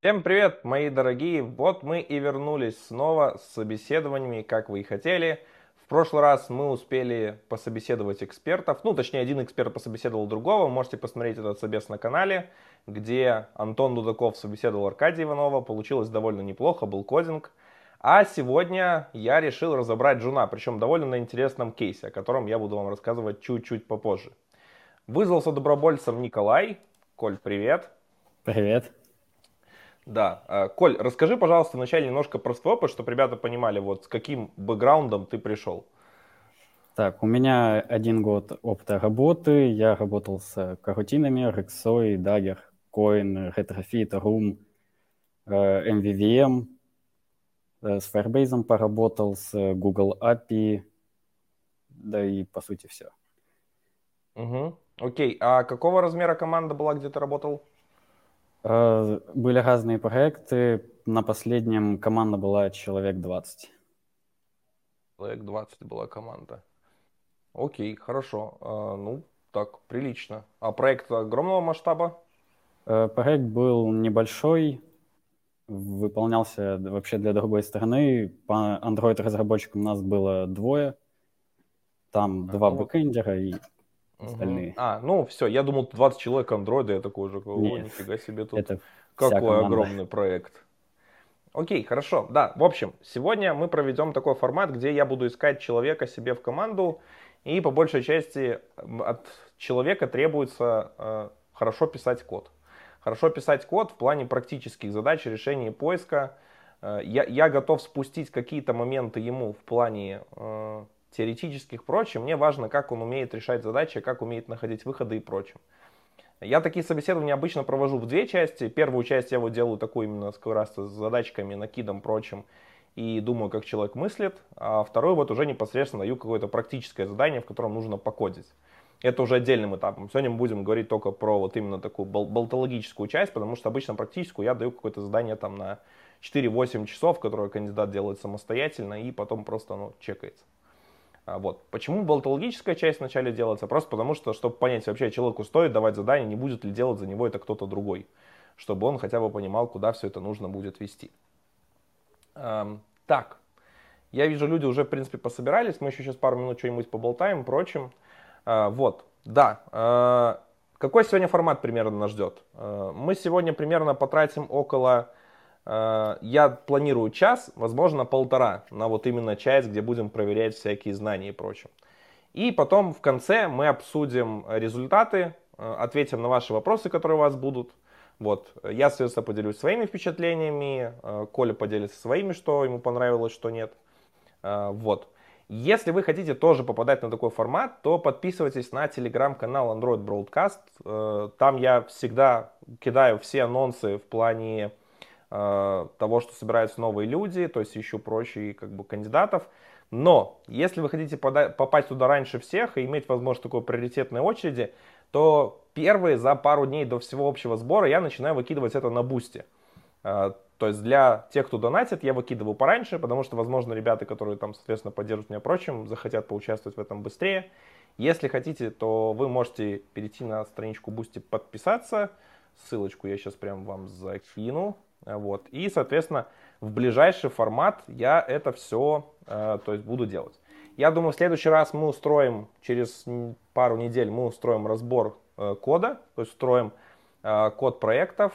Всем привет, мои дорогие! Вот мы и вернулись снова с собеседованиями, как вы и хотели. В прошлый раз мы успели пособеседовать экспертов, ну, точнее, один эксперт пособеседовал другого. Можете посмотреть этот собес на канале, где Антон Дудаков собеседовал Аркадия Иванова. Получилось довольно неплохо, был кодинг. А сегодня я решил разобрать джуна, причем довольно на интересном кейсе, о котором я буду вам рассказывать чуть-чуть попозже. Вызвался добровольцем Николай. Коль, привет! Привет. Да. Коль, расскажи, пожалуйста, вначале немножко про свой опыт, чтобы ребята понимали, вот с каким бэкграундом ты пришел. Так, у меня 1 год опыта работы. Я работал с карутинами, Rexoi, Dagger, Coin, Retrofit, Room, MVVM. С Firebase поработал, с Google API, да и по сути все. Угу. Окей, а какого размера команда была, где ты работал? Были разные проекты. На последнем команда была человек 20. Человек 20 была команда. Окей, хорошо. Ну, так, прилично. А проект огромного масштаба? Проект был небольшой, выполнялся вообще для другой страны. По Android-разработчикам нас было двое. Там два Ну вот. бэкэндера и Угу. остальные. Ну все, я думал 20 человек андроида, я такой уже, о, Нет, нифига себе тут, это вся какой команда. огромный проект. Окей, хорошо. Да, в общем, сегодня мы проведем такой формат, где я буду искать человека себе в команду, и по большей части от человека требуется хорошо писать код. Хорошо писать код в плане практических задач, решения поиска. Я готов спустить какие-то моменты ему в плане теоретических, прочее. Мне важно, как он умеет решать задачи, как умеет находить выходы и прочее. Я такие собеседования обычно провожу в две части. Первую часть я вот делаю такую именно как раз с задачками, накидом, прочим, и думаю, как человек мыслит. А вторую вот уже непосредственно даю какое-то практическое задание, в котором нужно покодить. Это уже отдельным этапом. Сегодня мы будем говорить только про вот именно такую болтологическую часть, потому что обычно практическую я даю какое-то задание там на 4-8 часов, которое кандидат делает самостоятельно, и потом просто оно чекается. Вот. Почему болтологическая часть вначале делается? Просто потому что, чтобы понять, вообще человеку стоит давать задание, не будет ли делать за него это кто-то другой. Чтобы он хотя бы понимал, куда все это нужно будет вести. Так, я вижу, люди уже, в принципе, пособирались. Мы еще сейчас пару минут что-нибудь поболтаем, прочим. Вот, да. Какой сегодня формат примерно нас ждет? Мы сегодня примерно потратим около я планирую час, возможно, полтора на вот именно часть, где будем проверять всякие знания и прочее. И потом в конце мы обсудим результаты, ответим на ваши вопросы, которые у вас будут. Вот. Я, соответственно, поделюсь своими впечатлениями, Коля поделится своими, что ему понравилось, что нет. Вот. Если вы хотите тоже попадать на такой формат, то подписывайтесь на телеграм-канал Android Broadcast. Там я всегда кидаю все анонсы в плане того, что собираются новые люди, то есть ищу прочие как бы кандидатов. Но если вы хотите попасть туда раньше всех и иметь возможность такой приоритетной очереди, то первые за пару дней до всего общего сбора я начинаю выкидывать это на бусте. То есть для тех, кто донатит, я выкидываю пораньше, потому что, возможно, ребята, которые там, соответственно, поддерживают меня прочим, захотят поучаствовать в этом быстрее. Если хотите, то вы можете перейти на страничку Boosty, подписаться. Ссылочку я сейчас прям вам закину. Вот. И, соответственно, в ближайший формат я это все то есть буду делать. Я думаю, в следующий раз мы устроим, через пару недель мы устроим разбор кода, то есть устроим код проектов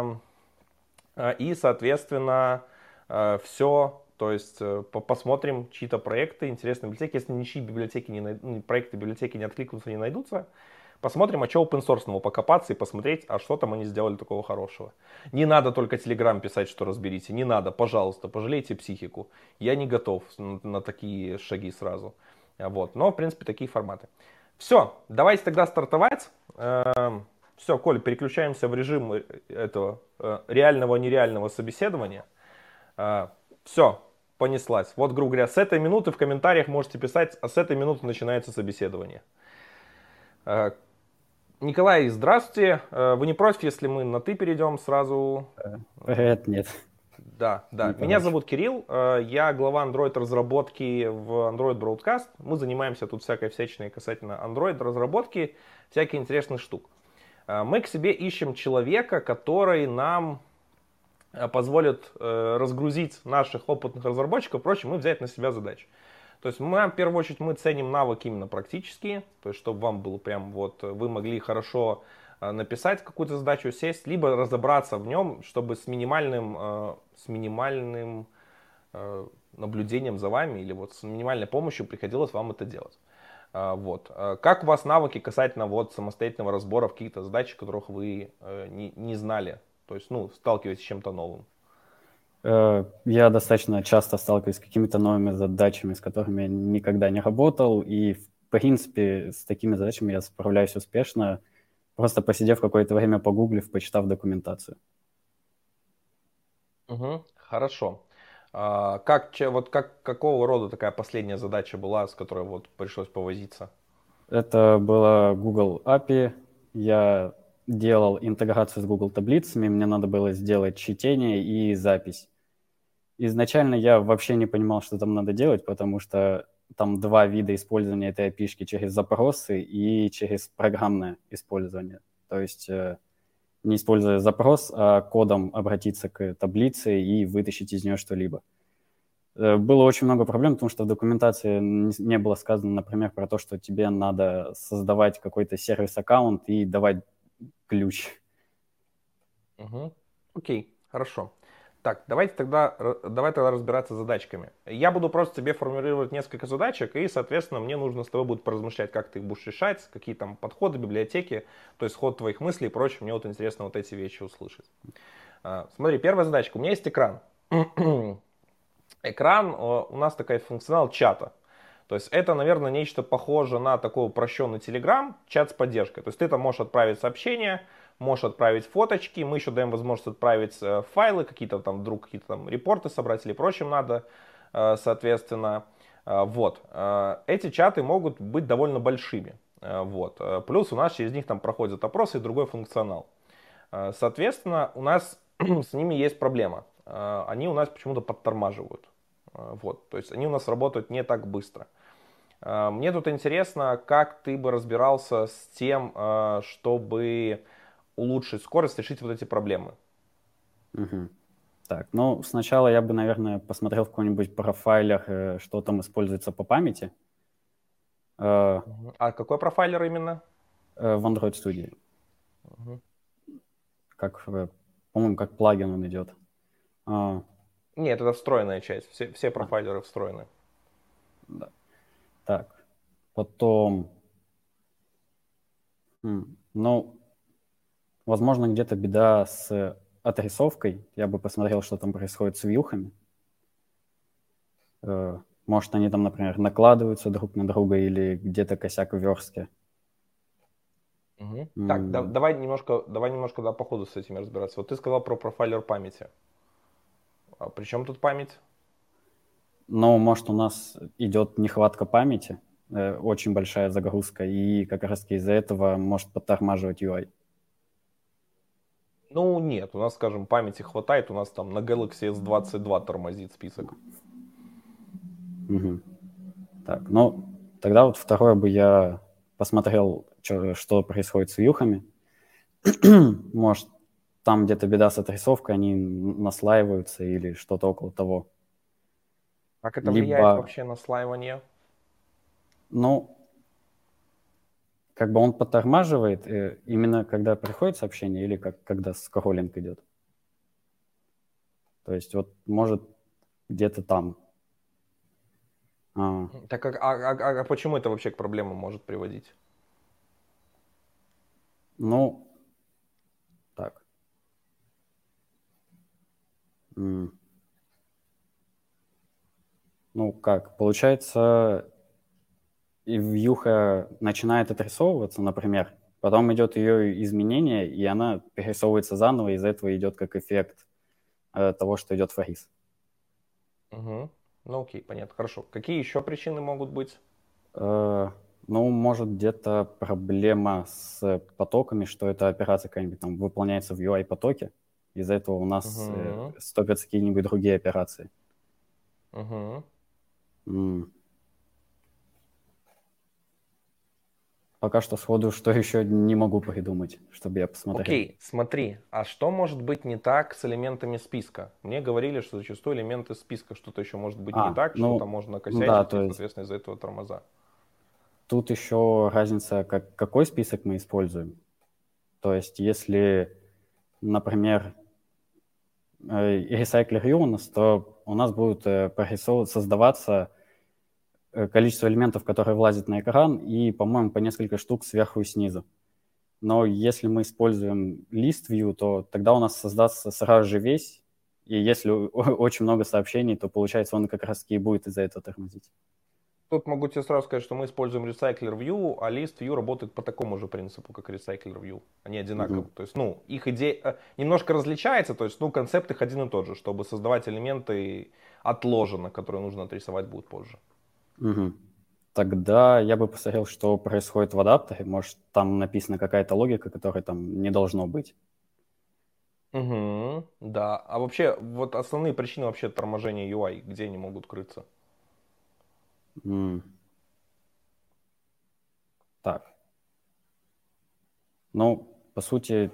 и, соответственно, все, то есть посмотрим чьи-то проекты, интересные библиотеки. Если ничьи библиотеки проекты библиотеки не откликнутся, не найдутся, посмотрим, а что open source покопаться и посмотреть, а что там они сделали такого хорошего. Не надо только Telegram писать, что разберите. Не надо, пожалуйста, пожалейте психику. Я не готов на такие шаги сразу. Вот. Но, в принципе, такие форматы. Все, давайте тогда стартовать. Все, Коля, переключаемся в режим этого реального-нереального собеседования. Все, понеслась. Вот, грубо говоря, с этой минуты в комментариях можете писать, а с этой минуты начинается собеседование. Николай, здравствуйте. Вы не против, если мы на «ты» перейдем сразу? Привет, нет, Да, не да. Меня против. зовут Кирилл, я глава Android разработки в Android Broadcast. Мы занимаемся тут всякой всячиной касательно Android разработки, всяких интересных штук. Мы к себе ищем человека, который нам позволит разгрузить наших опытных разработчиков, проще, и взять на себя задачи. То есть мы, в первую очередь, мы ценим навыки именно практические, то есть чтобы вам было прям вот, вы могли хорошо написать какую-то задачу, сесть, либо разобраться в нем, чтобы с минимальным наблюдением за вами или вот с минимальной помощью приходилось вам это делать. Вот. Как у вас навыки касательно вот самостоятельного разбора в каких-то задач, которых вы не знали? То есть, ну, сталкиваетесь с чем-то новым. Я достаточно часто сталкиваюсь с какими-то новыми задачами, с которыми я никогда не работал, и, в принципе, с такими задачами я справляюсь успешно, просто посидев какое-то время, погуглив, почитав документацию. Угу, хорошо. Какого рода такая последняя задача была, с которой вот пришлось повозиться? Это было Google API. Я делал интеграцию с Google таблицами, мне надо было сделать чтение и запись. Изначально я вообще не понимал, что там надо делать, потому что там два вида использования этой API через запросы и через программное использование. То есть не используя запрос, а кодом обратиться к таблице и вытащить из нее что-либо. Было очень много проблем, потому что в документации не было сказано, например, про то, что тебе надо создавать какой-то сервис-аккаунт и давать ключ. Угу. Окей, хорошо. Так, давай тогда разбираться с задачками. Я буду просто тебе формулировать несколько задачек, и, соответственно, мне нужно с тобой будет поразмышлять, как ты их будешь решать, какие там подходы, библиотеки, то есть ход твоих мыслей и прочее. Мне вот интересно вот эти вещи услышать. Смотри, первая задачка. У меня есть экран. Экран, у нас такой функционал чата. То есть это, наверное, нечто похоже на такой упрощенный Telegram, чат с поддержкой. То есть ты там можешь отправить сообщения, можешь отправить фоточки, мы еще даем возможность отправить файлы, какие-то там вдруг какие-то там репорты собрать или прочим надо, соответственно. Вот. Эти чаты могут быть довольно большими. Вот. Плюс у нас через них там проходят опросы и другой функционал. Соответственно, у нас с ними есть проблема. Они у нас почему-то подтормаживают. Вот. То есть они у нас работают не так быстро. Мне тут интересно, как ты бы разбирался с тем, чтобы улучшить скорость, решить вот эти проблемы. Угу. Так, ну, сначала я бы, наверное, посмотрел в какой-нибудь профайлер, что там используется по памяти. А какой профайлер именно? В Android Studio. Угу. Как, по-моему, как плагин он идет. Нет, это встроенная часть. Все профайлеры встроены. Да. Так, потом, ну, возможно, где-то беда с отрисовкой. Я бы посмотрел, что там происходит с вьюхами. Может, они там, например, накладываются друг на друга или где-то косяк в верстке. Угу. Так, давай немножко да, по ходу с этим разбираться. Вот ты сказал про профайлер памяти. А при чем тут память? Но, может, у нас идет нехватка памяти, очень большая загрузка, и как раз-таки из-за этого может подтормаживать UI. Ну, нет, у нас, скажем, памяти хватает, у нас там на Galaxy S22 тормозит список. Угу. Так, ну, тогда вот второе бы я посмотрел, что происходит с вьюхами. Может, там где-то беда с отрисовкой, они наслаиваются или что-то около того. Как это влияет Либо, вообще на слаивание? ну, как бы он подтормаживает именно когда приходит сообщение или когда скроллинг идет. То есть вот может где-то там. Так а почему это вообще к проблемам может приводить? Ну, так. Ну, как? Получается, и вьюха начинает отрисовываться, например, потом идет ее изменение, и она перерисовывается заново, и из-за этого идет как эффект того, что идет фриз. Угу. Ну окей, понятно, хорошо. Какие еще причины могут быть? Ну, может, где-то проблема с потоками, что эта операция какая-нибудь там выполняется в UI-потоке. Из-за этого у нас Угу. стопятся какие-нибудь другие операции. Угу. М. пока что сходу, что еще не могу придумать, чтобы я посмотрел. Окей, смотри, а что может быть не так с элементами списка? Мне говорили, что зачастую элементы списка что-то еще может быть не так, что-то можно Да, косячить, то и, есть соответственно, из-за этого тормоза. тут еще разница, какой список мы используем. То есть если, например, recycler view у нас, то у нас будет создаваться количество элементов, которые влазят на экран, и, по-моему, по несколько штук сверху и снизу. Но если мы используем list view, то тогда у нас создастся сразу же весь, и если очень много сообщений, то, получается, он как раз-таки и будет из-за этого тормозить. Тут могу тебе сразу сказать, что мы используем Recycler View, а List View работает по такому же принципу, как Recycler View. Они одинаковы. То есть, ну, их идея немножко различается, то есть, ну, концепт их один и тот же, чтобы создавать элементы отложено, которые нужно отрисовать будет позже. Тогда я бы посмотрел, что происходит в адаптере. Может, там написана какая-то логика, которой там не должно быть. Угу, да. А вообще, вот основные причины вообще торможения UI, где они могут крыться? Так. Ну, по сути,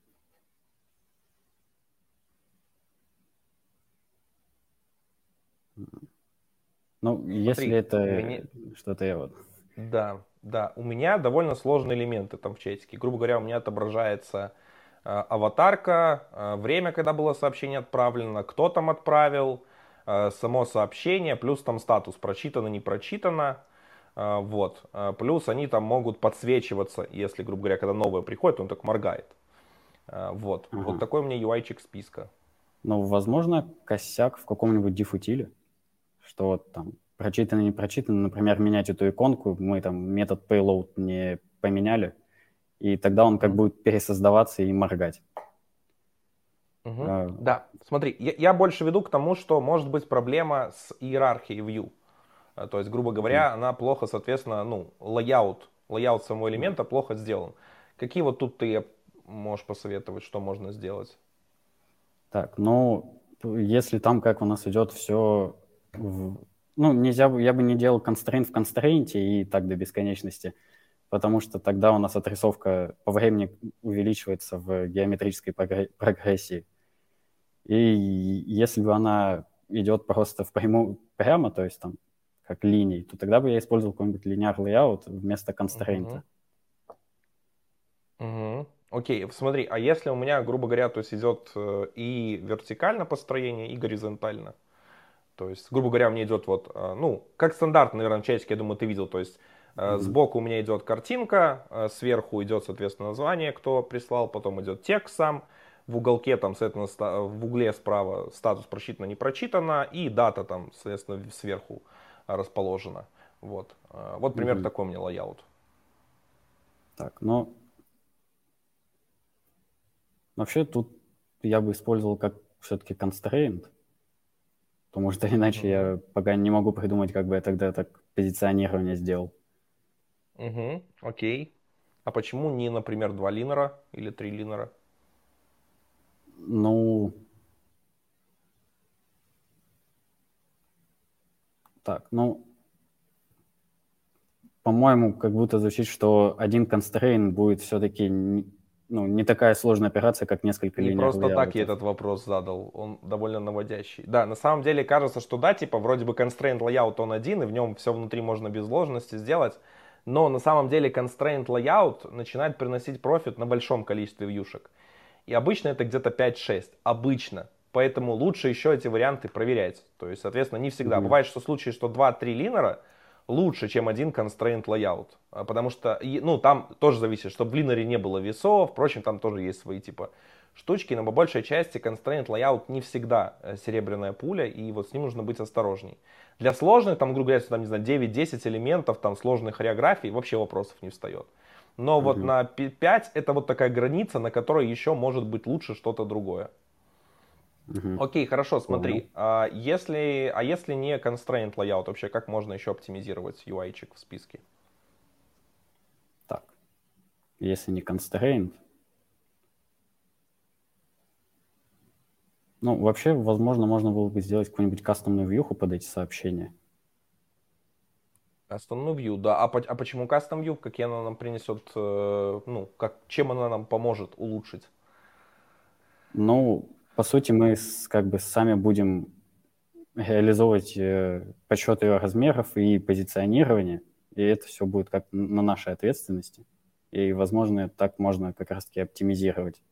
ну, если Смотри, у это меня... что-то я вот... Да, да, у меня довольно сложные элементы там в чатике. Грубо говоря, у меня отображается аватарка, время, когда было сообщение отправлено, кто там отправил, само сообщение, плюс там статус прочитано, не прочитано. Вот. Плюс они там могут подсвечиваться, если, грубо говоря, когда новое приходит, он так моргает. Вот. Вот Ага. такой у меня UI-чик списка. Ну, возможно, косяк в каком-нибудь дифутиле, что вот там прочитано, не прочитано. Например, менять эту иконку, мы там метод payload не поменяли, и тогда он как будет пересоздаваться и моргать. Угу. Да, смотри, я больше веду к тому, что может быть проблема с иерархией view. То есть, грубо говоря, она плохо, соответственно, ну, лейаут самого элемента плохо сделан. Какие вот тут ты можешь посоветовать, что можно сделать? Так, ну, если там как у нас идет все... Ну, нельзя, я бы не делал constraint в констрейнте и так до бесконечности, потому что тогда у нас отрисовка по времени увеличивается в геометрической прогрессии. И если бы она идет просто прямо, то есть там как линией, то тогда бы я использовал какой-нибудь linear layout вместо констрейнта. Угу. Окей, смотри, а если у меня, грубо говоря, то есть идет и вертикально построение, и горизонтально? То есть, грубо говоря, у меня идет вот, ну, как стандартно, наверное, в чатике, я думаю, ты видел, то есть сбоку у меня идет картинка, сверху идет, соответственно, название, кто прислал, потом идет текст сам, в уголке там, соответственно, в угле справа статус прочитано, не прочитано, и дата там, соответственно, сверху расположена. Вот, вот примерно такой у меня лайаут. Так, ну, вообще тут я бы использовал как все-таки constraint, потому что иначе я пока не могу придумать, как бы я тогда так позиционирование сделал. Угу, окей. А почему не, например, 2 линера или 3 линера? Ну, так, ну, по-моему, как будто звучит, что один constraint будет все-таки ну, не такая сложная операция, как несколько Не linear просто так я layout'ов. этот вопрос задал, он довольно наводящий. Да, на самом деле кажется, что да, типа вроде бы constraint layout он один, и в нем все внутри можно без сложности сделать, но на самом деле constraint layout начинает приносить профит на большом количестве вьюшек. И обычно это где-то 5-6, обычно. Поэтому лучше еще эти варианты проверять. То есть, соответственно, не всегда. Бывает, что случаи, что 2-3 линера лучше, чем один constraint layout. Потому что, ну, там тоже зависит, чтобы в линере не было весов, впрочем, там тоже есть свои типа штучки, но по большей части constraint layout не всегда серебряная пуля, и вот с ним нужно быть осторожней. Для сложных, там, грубо говоря, там, не знаю, 9-10 элементов, там, сложных хореографий, вообще вопросов не встает. Но вот на 5 это вот такая граница, на которой еще может быть лучше что-то другое. Окей, хорошо, Понял. смотри. Если не constraint layout, вообще как можно еще оптимизировать UI-чик в списке? Так, если не constraint, ну, вообще, возможно, можно было бы сделать какую-нибудь кастомную вьюху под эти сообщения. Custom View, да. А почему Custom View? Какие она нам принесет, ну, чем она нам поможет улучшить? Ну, по сути, мы как бы сами будем реализовывать подсчет ее размеров и позиционирование, и это все будет как на нашей ответственности. И, возможно, так можно как раз-таки оптимизировать.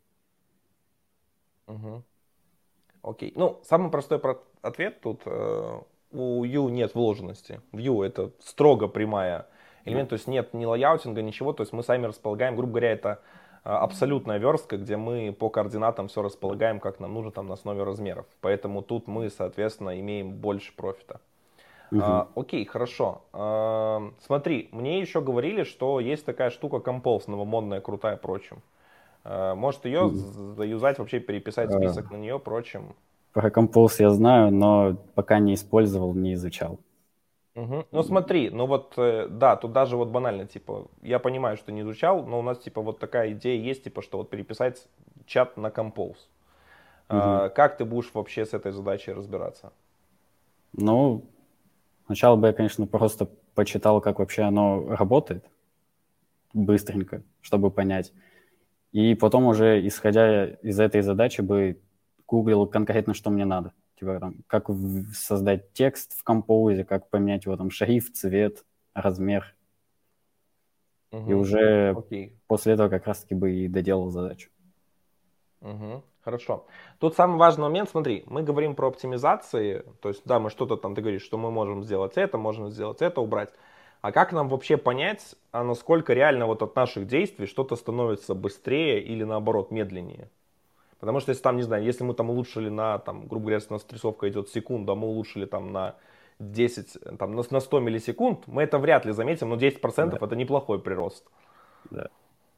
Угу. Окей. Ну, самый простой ответ тут, у Vue нет вложенности. Vue это строго прямая Да. элемент, то есть нет ни лайаутинга, ничего, то есть мы сами располагаем, грубо говоря, это абсолютная верстка, где мы по координатам все располагаем, как нам нужно, там, на основе размеров. Поэтому тут мы, соответственно, имеем больше профита. Мгм. Окей, хорошо. Смотри, мне еще говорили, что есть такая штука Compose, новомодная, крутая, прочим. Может ее М. заюзать, вообще переписать список Э, на нее, прочим. Про Compose я знаю, но пока не использовал, не изучал. Мгм. Ну смотри, ну вот, да, тут даже вот банально, типа, я понимаю, что не изучал, но у нас, типа, вот такая идея есть, типа, что вот переписать чат на Compose. Мгм. Как ты будешь вообще с этой задачей разбираться? Ну, сначала бы я, конечно, просто почитал, как вообще оно работает быстренько, чтобы понять. И потом уже, исходя из этой задачи, бы гуглил конкретно, что мне надо. Типа там, как создать текст в композе, как поменять его там шрифт, цвет, размер. И Угу. уже Окей. после этого как раз-таки бы и доделал задачу. Угу. Хорошо. Тут самый важный момент, смотри, мы говорим про оптимизации, то есть, да, мы что-то там, ты говоришь, что мы можем сделать это, убрать. А как нам вообще понять, а насколько реально вот от наших действий что-то становится быстрее или наоборот медленнее? Потому что если там, не знаю, если мы там улучшили на, там, грубо говоря, если у нас стрелка идет секунду, а мы улучшили там на 10, там, на 100 миллисекунд, мы это вряд ли заметим, но 10% Да, это неплохой прирост. да.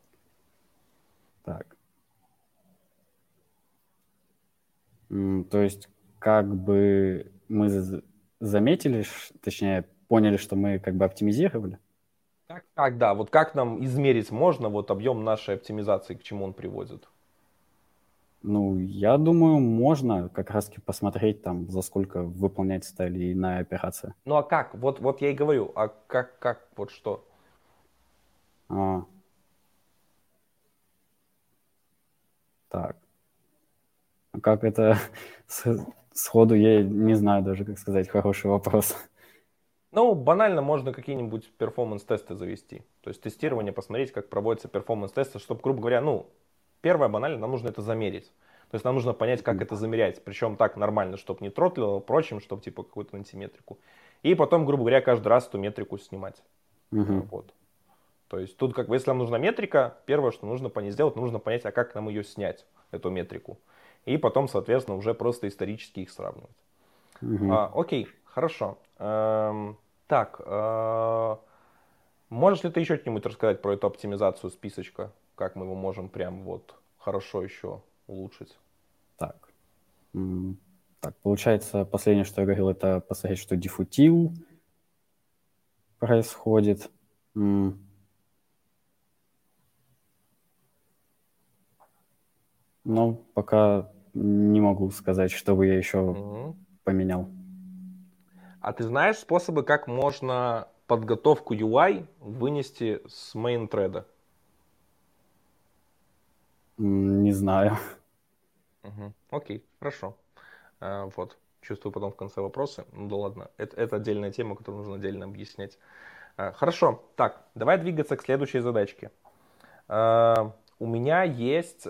Так. То есть как бы мы заметили, точнее, поняли, что мы как бы оптимизировали. Как, да, вот как нам измерить можно вот объем нашей оптимизации, к чему он приводит? Ну, я думаю, можно как раз-таки посмотреть там, за сколько выполняется та или иная операция. Ну а как? Вот я и говорю, а как, вот что? А, так. Как это сходу, я не знаю даже, как сказать, хороший вопрос. Ну, банально можно какие-нибудь перформанс-тесты завести. То есть тестирование, посмотреть, как проводятся перформанс-тесты, чтобы, грубо говоря, ну, первое, банально, нам нужно это замерить. То есть нам нужно понять, как Мгм. это замерять. Причем так нормально, чтобы не тротлило, прочим, чтобы типа какую-то антиметрику. И потом, грубо говоря, каждый раз эту метрику снимать. Мгм. Вот. То есть тут, как бы, если нам нужна метрика, первое, что нужно по ней сделать, нужно понять, а как нам ее снять, эту метрику. И потом, соответственно, уже просто исторически их сравнивать. Мгм. Окей, хорошо. Так, можешь ли ты еще что-нибудь рассказать про эту оптимизацию списочка? Как мы его можем прям вот хорошо еще улучшить? Так. М, Так, получается, последнее, что я говорил, это посмотреть, что дефутил происходит. М, Но пока не могу сказать, что бы я еще Мгм. поменял. А ты знаешь способы, как можно подготовку UI вынести с main thread? Не знаю. Окей, хорошо. Вот. Чувствую потом в конце вопросы. Ну да ладно, это отдельная тема, которую нужно отдельно объяснять. Хорошо, так, давай двигаться к следующей задачке. У меня есть,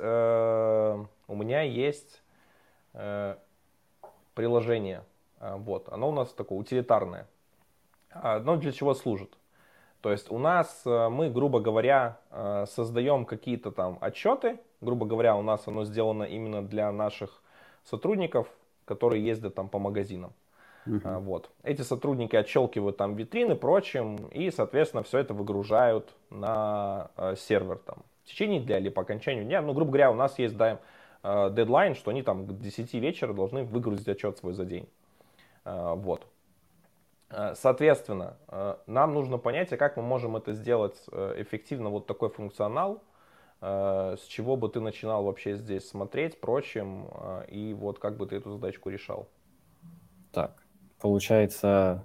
э, приложение. Вот, оно у нас такое утилитарное. Оно для чего служит? То есть у нас, мы, грубо говоря, создаем какие-то там отчеты. Грубо говоря, у нас оно сделано именно для наших сотрудников, которые ездят там по магазинам. Мгм. Вот. Эти сотрудники отщелкивают там витрины, прочим, и, соответственно, все это выгружают на сервер там в течение дня или по окончанию дня. Ну, грубо говоря, у нас есть, да, дедлайн, что они там к 10 вечера должны выгрузить отчет свой за день. Вот. Соответственно, нам нужно понять, а как мы можем это сделать эффективно, вот такой функционал, с чего бы ты начинал вообще здесь смотреть, прочим, и вот как бы ты эту задачку решал. Так, получается,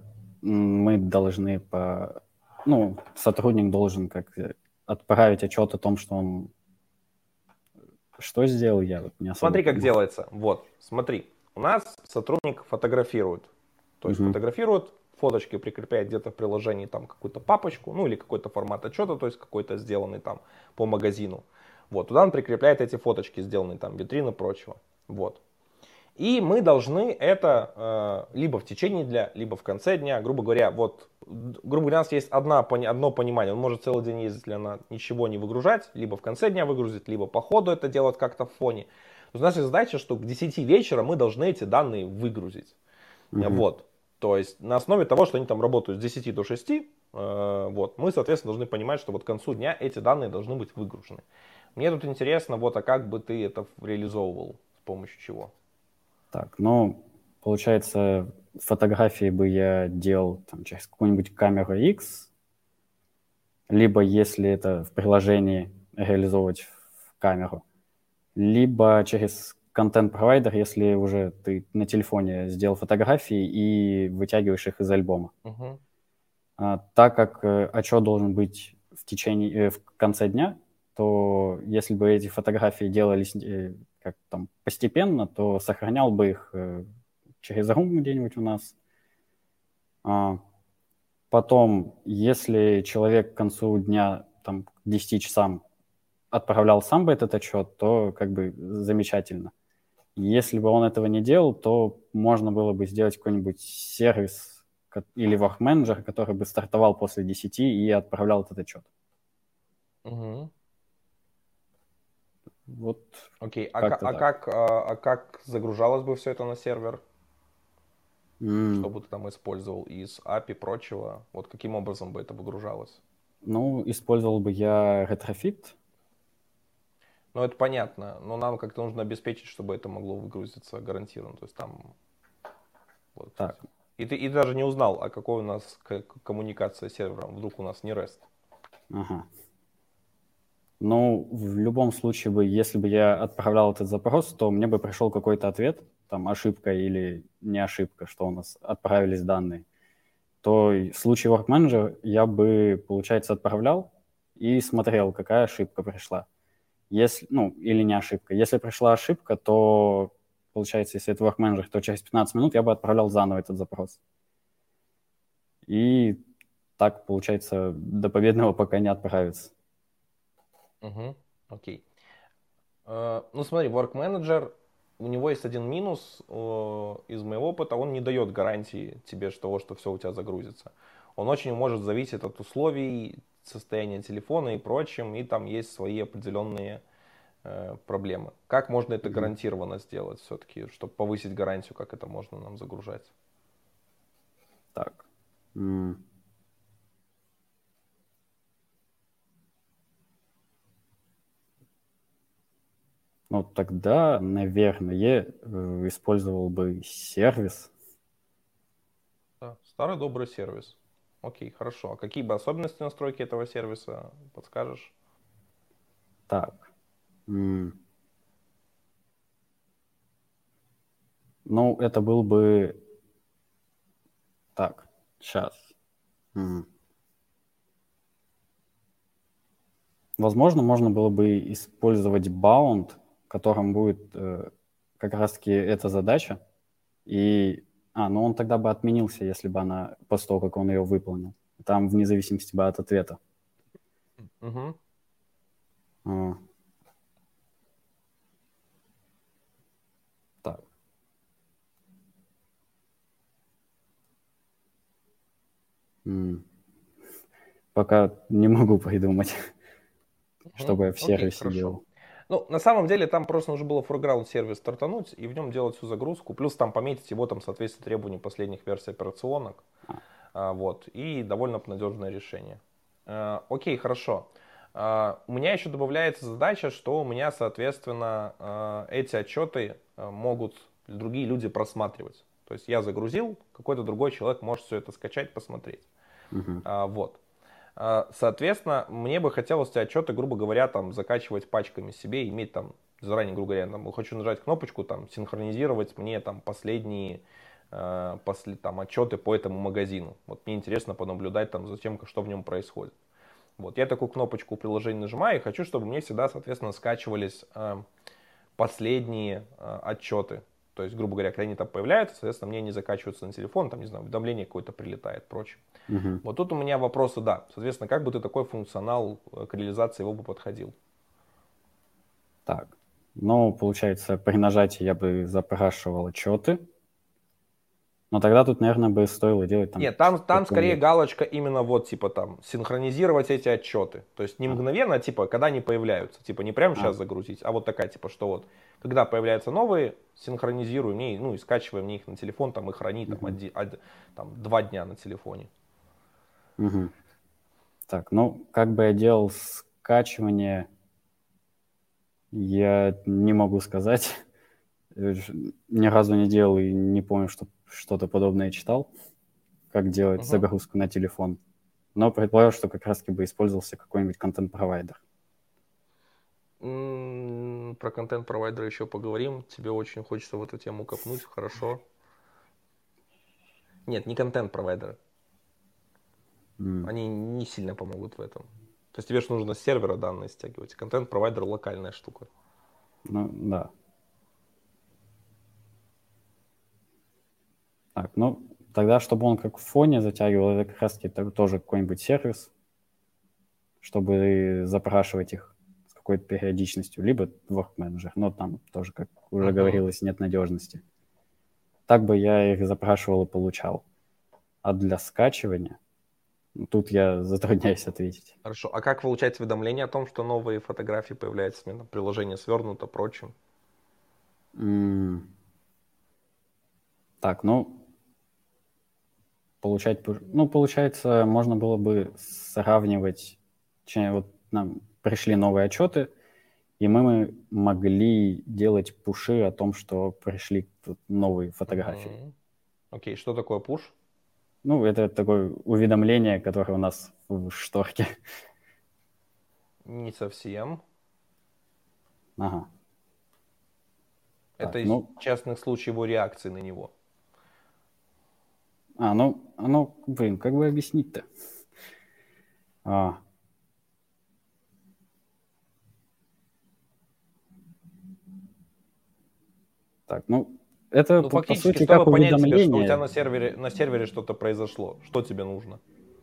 мы должны сотрудник должен отправить отчет о том, что он что сделал, я вот не особо Смотри, как понимаю. делается. Вот, смотри. У нас сотрудник фотографирует. То есть фотографирует, фоточки прикрепляет где-то в приложении там какую-то папочку, ну или какой-то формат отчета, то есть какой-то сделанный там по магазину. Вот, туда он прикрепляет эти фоточки, сделанные там витрины и прочего. Вот. И мы должны это либо в течение дня, либо в конце дня, грубо говоря, грубо говоря, у нас есть одно понимание, он может целый день ездить, или она ничего не выгружать, либо в конце дня выгрузить, либо по ходу это делать как-то в фоне. То есть наша задача, что к 10 вечера мы должны эти данные выгрузить. Вот. То есть на основе того, что они там работают с 10 до 6, вот, мы, соответственно, должны понимать, что вот к концу дня эти данные должны быть выгружены. Мне тут интересно, вот, а как бы ты это реализовывал, с помощью чего? Так, получается, фотографии бы я делал там, через какую-нибудь камеру X, либо если это в приложении реализовывать в камеру, либо через контент-провайдер, если уже ты на телефоне сделал фотографии и вытягиваешь их из альбома. Так как отчет должен быть в конце дня, то если бы эти фотографии делались как там постепенно, то сохранял бы их через Room где-нибудь у нас. Потом, если человек к концу дня, там, к 10 часам отправлял сам бы этот отчет, то как бы замечательно. Если бы он этого не делал, то можно было бы сделать какой-нибудь сервис или work manager, который бы стартовал после 10 и отправлял этот отчет. Вот. Окей, как загружалось бы все это на сервер? Что бы ты там использовал из API и прочего? Вот каким образом бы это выгружалось? Использовал бы я Retrofit. Это понятно, но нам как-то нужно обеспечить, чтобы это могло выгрузиться гарантированно. То есть там... Вот. Так. И ты даже не узнал, а какой у нас коммуникация с сервером. Вдруг у нас не REST. Ага. В любом случае если бы я отправлял этот запрос, то мне бы пришел какой-то ответ, там ошибка или не ошибка, что у нас отправились данные. То в случае Work Manager я бы, получается, отправлял и смотрел, какая ошибка пришла. Или не ошибка. Если пришла ошибка, то, получается, если это Work Manager, то через 15 минут я бы отправлял заново этот запрос. И так, получается, до победного пока не отправится. Окей. Смотри, Work Manager, у него есть один минус из моего опыта, он не дает гарантии тебе того, что все у тебя загрузится. Он очень может зависеть от условий, состояния телефона и прочим, и там есть свои определенные проблемы. Как можно это гарантированно сделать все-таки, чтобы повысить гарантию, как это можно нам загружать? Так. Тогда, наверное, использовал бы сервис. Да, старый добрый сервис. Окей, хорошо. А какие бы особенности настройки этого сервиса подскажешь? Так. Это был бы... Так, сейчас. Возможно, можно было бы использовать bound, которым будет как раз-таки эта задача. Он тогда бы отменился, если бы она, после того, как он ее выполнил. Там вне зависимости бы от ответа. Так. Пока не могу придумать, чтобы я в сервисе делал. На самом деле там просто нужно было foreground сервис стартануть и в нем делать всю загрузку, плюс там пометить его там соответствие требований последних версий операционок. Вот, и довольно надежное решение. Окей, хорошо. У меня еще добавляется задача, что у меня, соответственно, эти отчеты могут другие люди просматривать. То есть я загрузил, какой-то другой человек может все это скачать, посмотреть. Вот. Соответственно, мне бы хотелось эти отчеты, грубо говоря, там, закачивать пачками себе, иметь там заранее, грубо говоря, там, хочу нажать кнопочку, там, синхронизировать мне там последние там, отчеты по этому магазину. Вот мне интересно понаблюдать там за тем, что в нем происходит. Вот, я такую кнопочку в приложении нажимаю и хочу, чтобы мне всегда, соответственно, скачивались последние отчеты. То есть, грубо говоря, когда они там появляются, соответственно, мне не закачиваются на телефон, там, не знаю, уведомление какое-то прилетает, прочее. Мгм. Вот тут у меня вопросы, да. Соответственно, как бы ты такой функционал к реализации его бы подходил? Так, ну, получается, при нажатии я бы запрашивал отчеты, но тогда тут, наверное, бы стоило делать там Нет, там скорее какой-нибудь... галочка именно вот, типа там, синхронизировать эти отчеты. То есть не А, мгновенно, а типа, когда они появляются. Типа не прямо а, сейчас загрузить, а вот такая, типа, что вот, когда появляются новые, синхронизируем и, ну, и скачиваем мне их на телефон, там, и храни там, мгм, там 2 дня на телефоне. мгм. Так, ну, как бы я делал скачивание, я не могу сказать. Ни разу не делал и не помню, что что-то подобное читал, как делать Мгм. загрузку на телефон. Но предполагаю, что как раз-таки бы использовался какой-нибудь контент-провайдер. Про контент-провайдера еще поговорим. Тебе очень хочется в эту тему копнуть, хорошо. Нет, не контент-провайдеры. М, Они не сильно помогут в этом. То есть тебе же нужно с сервера данные стягивать. Контент-провайдер локальная штука. Ну, да. Так, ну, тогда, чтобы он как в фоне затягивал, это как раз-таки тоже какой-нибудь сервис, чтобы запрашивать их с какой-то периодичностью, либо Work Manager, но там тоже, как уже Мгм. говорилось, нет надежности. Так бы я их запрашивал и получал. А для скачивания, ну, тут я затрудняюсь ответить. Хорошо. А как получать уведомление о том, что новые фотографии появляются, приложение свернуто, прочим? М, Так, ну, ну, получается, можно было бы сравнивать, вот нам пришли новые отчеты, и мы могли делать пуши о том, что пришли тут новые фотографии. Мгм. Окей, что такое push? Ну, это такое уведомление, которое у нас в шторке. Не совсем. Ага. Это Так, из ну, частных случаев его реакции на него. ну, блин, как бы объяснить-то? А, так, ну, это Ну, по фактически, сути как чтобы понять тебе, что у тебя уведомление. на сервере что-то произошло, что тебе нужно?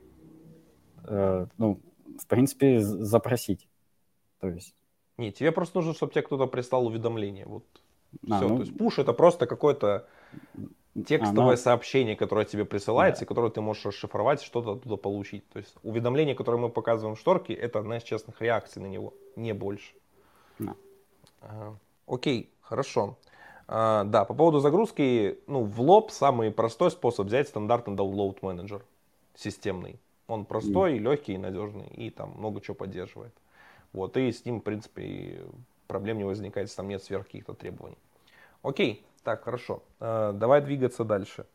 Ну, в принципе, запросить. То есть, Не, тебе просто нужно, чтобы тебе кто-то прислал уведомление. Вот все. То ну, есть push это просто какое-то текстовое ну, сообщение, которое тебе присылается, да, и которое ты можешь расшифровать, что-то оттуда получить. То есть уведомление, которое мы показываем в шторке, это одна из честных реакций на него, не больше. да. Ага. Окей, хорошо. Да, по поводу загрузки, ну, в лоб самый простой способ взять стандартный download менеджер системный. Он М. простой, легкий, надежный и там много чего поддерживает. Вот, и с ним, в принципе, и проблем не возникает, если там нет сверх каких-то требований. Окей, так, хорошо. Давай двигаться дальше.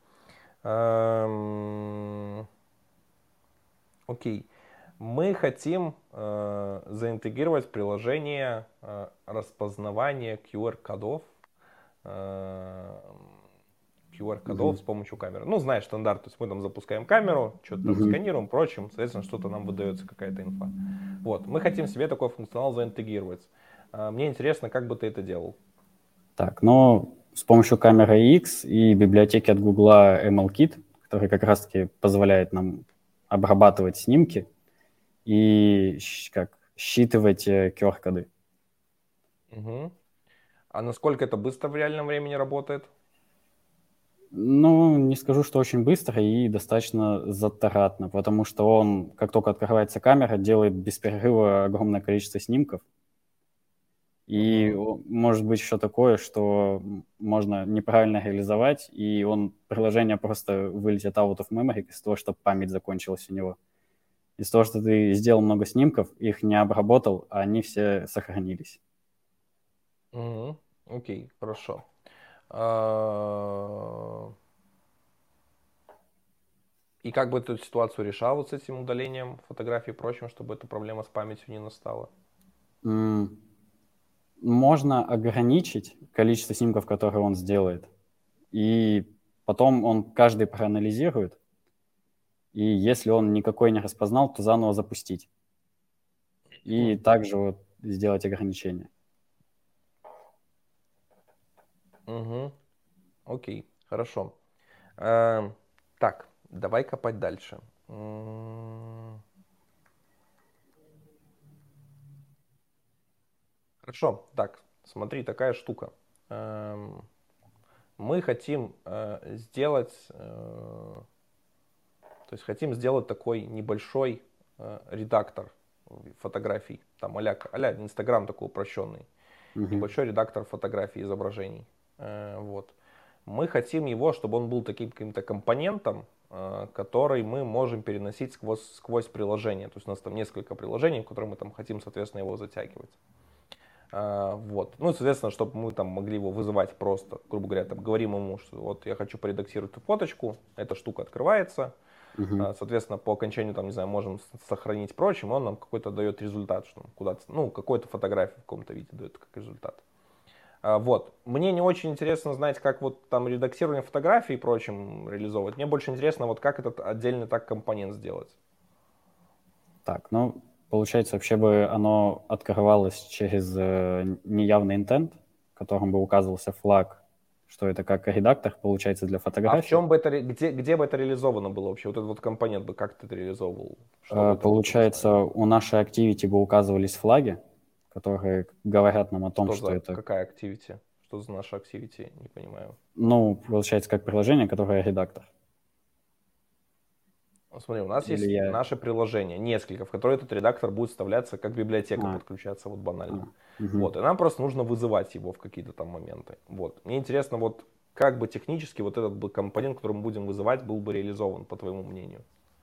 Эм, Окей. Мы хотим заинтегрировать в приложение распознавание QR-кодов э, QR-кодов Мгм. с помощью камеры. Ну, знаешь, стандарт, то есть мы там запускаем камеру, что-то там Мгм. сканируем, прочим, соответственно, что-то нам выдается, какая-то инфа. Вот, мы хотим себе такой функционал заинтегрировать. Мне интересно, как бы ты это делал. Так, но с помощью камеры X и библиотеки от Гугла MLKit, который как раз-таки позволяет нам обрабатывать снимки и как считывать QR-коды. Мгм. А насколько это быстро в реальном времени работает? Ну, не скажу, что очень быстро и достаточно затратно, потому что он, как только открывается камера, делает без перерыва огромное количество снимков. И Мгм. может быть еще такое, что можно неправильно реализовать, и приложение просто вылетит out of memory из-за того, что память закончилась у него. Из-за того, что ты сделал много снимков, их не обработал, а они все сохранились. Мгм. Окей, хорошо. А, И как бы эту ситуацию решал вот с этим удалением фотографий и прочим, чтобы эта проблема с памятью не настала? М, Можно ограничить количество снимков, которые он сделает, и Потом он каждый проанализирует, и если он никакой не распознал, то заново запустить. И также вот сделать ограничения. Угу. Окей, хорошо. Так, давай копать дальше. Хорошо, так, смотри, такая штука. Мы хотим сделать, то есть хотим сделать такой небольшой редактор фотографий, там а-ля Инстаграм такой упрощенный, небольшой редактор фотографий, изображений. Вот. Мы хотим его, чтобы он был таким каким-то компонентом, который мы можем переносить сквозь приложение. То есть у нас там несколько приложений, в которые мы там хотим, соответственно, его затягивать. Вот. Ну, соответственно, чтобы мы там могли его вызывать просто, грубо говоря, там говорим ему, что вот я хочу поредактировать эту фоточку, эта штука открывается, соответственно, по окончанию, там, не знаю, можем сохранить прочим, он нам какой-то дает результат, что куда-то, ну, какой-то фотографию в каком-то виде дает как результат. Вот. Мне не очень интересно знать, как вот там редактирование фотографий и прочим реализовывать. Мне больше интересно, вот как этот отдельный так компонент сделать. Так, ну, получается, вообще бы оно открывалось через неявный интент, в котором бы указывался флаг, что это как редактор, получается, для А в фотографий. чем бы это, где бы это реализовано было вообще? Вот этот вот компонент бы как ты это реализовывал? Что бы Получается, у нашей activity бы указывались флаги, которые говорят нам о том, что это... Какая activity? Что за наша activity? Не понимаю. Ну, получается, как приложение, которое редактор. Ну, смотри, у нас Или есть я... наше приложение, несколько, в которые этот редактор будет вставляться, как библиотека подключаться, вот банально. Вот, и нам просто нужно вызывать его в какие-то там моменты. Вот. Мне интересно, вот как бы технически вот этот бы компонент, который мы будем вызывать, был бы реализован, по твоему мнению.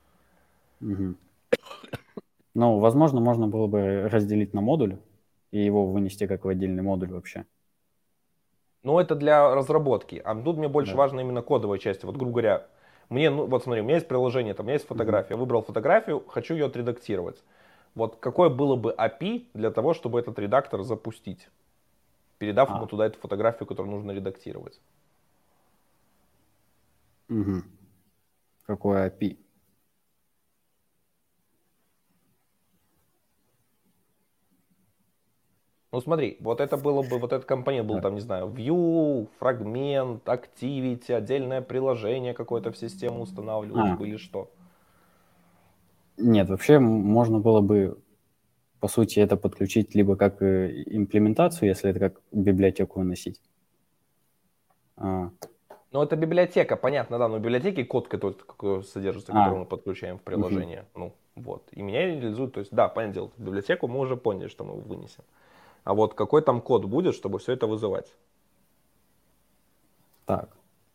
Ну, возможно, можно было бы разделить на модуль и его вынести как в отдельный модуль вообще. Но это для разработки. А тут мне больше Да. важна именно кодовая часть. Вот, грубо говоря, мне, ну, вот смотри, у меня есть приложение, там у меня есть фотография. Я выбрал фотографию, хочу ее отредактировать. Вот какое было бы API для того, чтобы этот редактор запустить, передав ему туда эту фотографию, которую нужно редактировать? Какое API? Ну смотри, вот это было бы, вот этот компонент был там, не знаю, view, фрагмент, activity, отдельное приложение какое-то в систему устанавливать бы или что? Нет, вообще можно было бы, по сути, это подключить либо как имплементацию, если это как библиотеку выносить. Ну, это библиотека, понятно, да, но в библиотеке код, который содержится, который мы подключаем в приложение. Ну, вот. И меня реализует, то есть, да, понятное дело, библиотеку мы уже поняли, что мы его вынесем. А вот какой там код будет, чтобы все это вызывать? Так.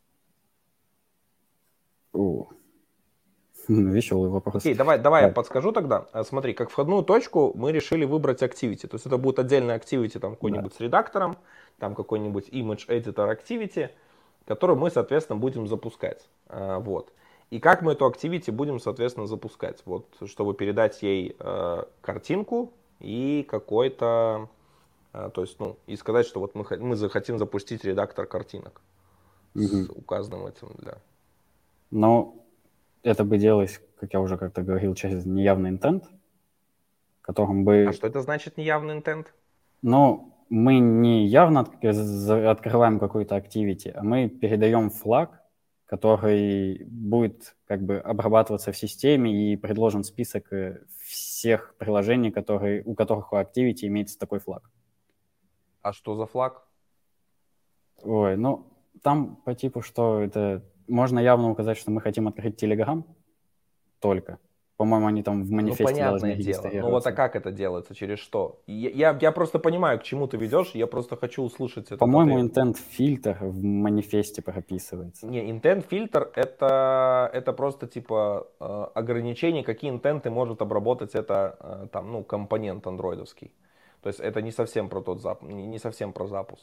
Веселый вопрос. Окей, давай я подскажу тогда. Смотри, как входную точку мы решили выбрать Activity. То есть это будет отдельная Activity, там какой-нибудь с редактором, там какой-нибудь Image Editor Activity, который мы, соответственно, будем запускать. Вот. И как мы эту Activity будем, соответственно, запускать? Вот, чтобы передать ей картинку и какой-то, то есть, ну, и сказать, что вот мы захотим запустить редактор картинок с указанным этим для... Но это бы делалось, как я уже как-то говорил, через неявный интент, которым бы... А что это значит неявный intent? Но мы не явно открываем какой-то activity, а мы передаем флаг, который будет как бы обрабатываться в системе, и предложен список всех приложений, у которых у activity имеется такой флаг. А что за флаг? Ой, ну там по типу, что это... Можно явно указать, что мы хотим открыть Telegram только. По-моему, они там в Ну, манифесте должны понятное дело. Ну, вот а регистрироваться. как это делается? Через что? Я просто понимаю, к чему ты ведешь, я просто хочу услышать этот По-моему, ответ. intent фильтр в манифесте прописывается. Не, intent фильтр это просто типа ограничение, какие интенты может обработать это там, ну, компонент андроидовский. То есть это не совсем про не совсем про запуск.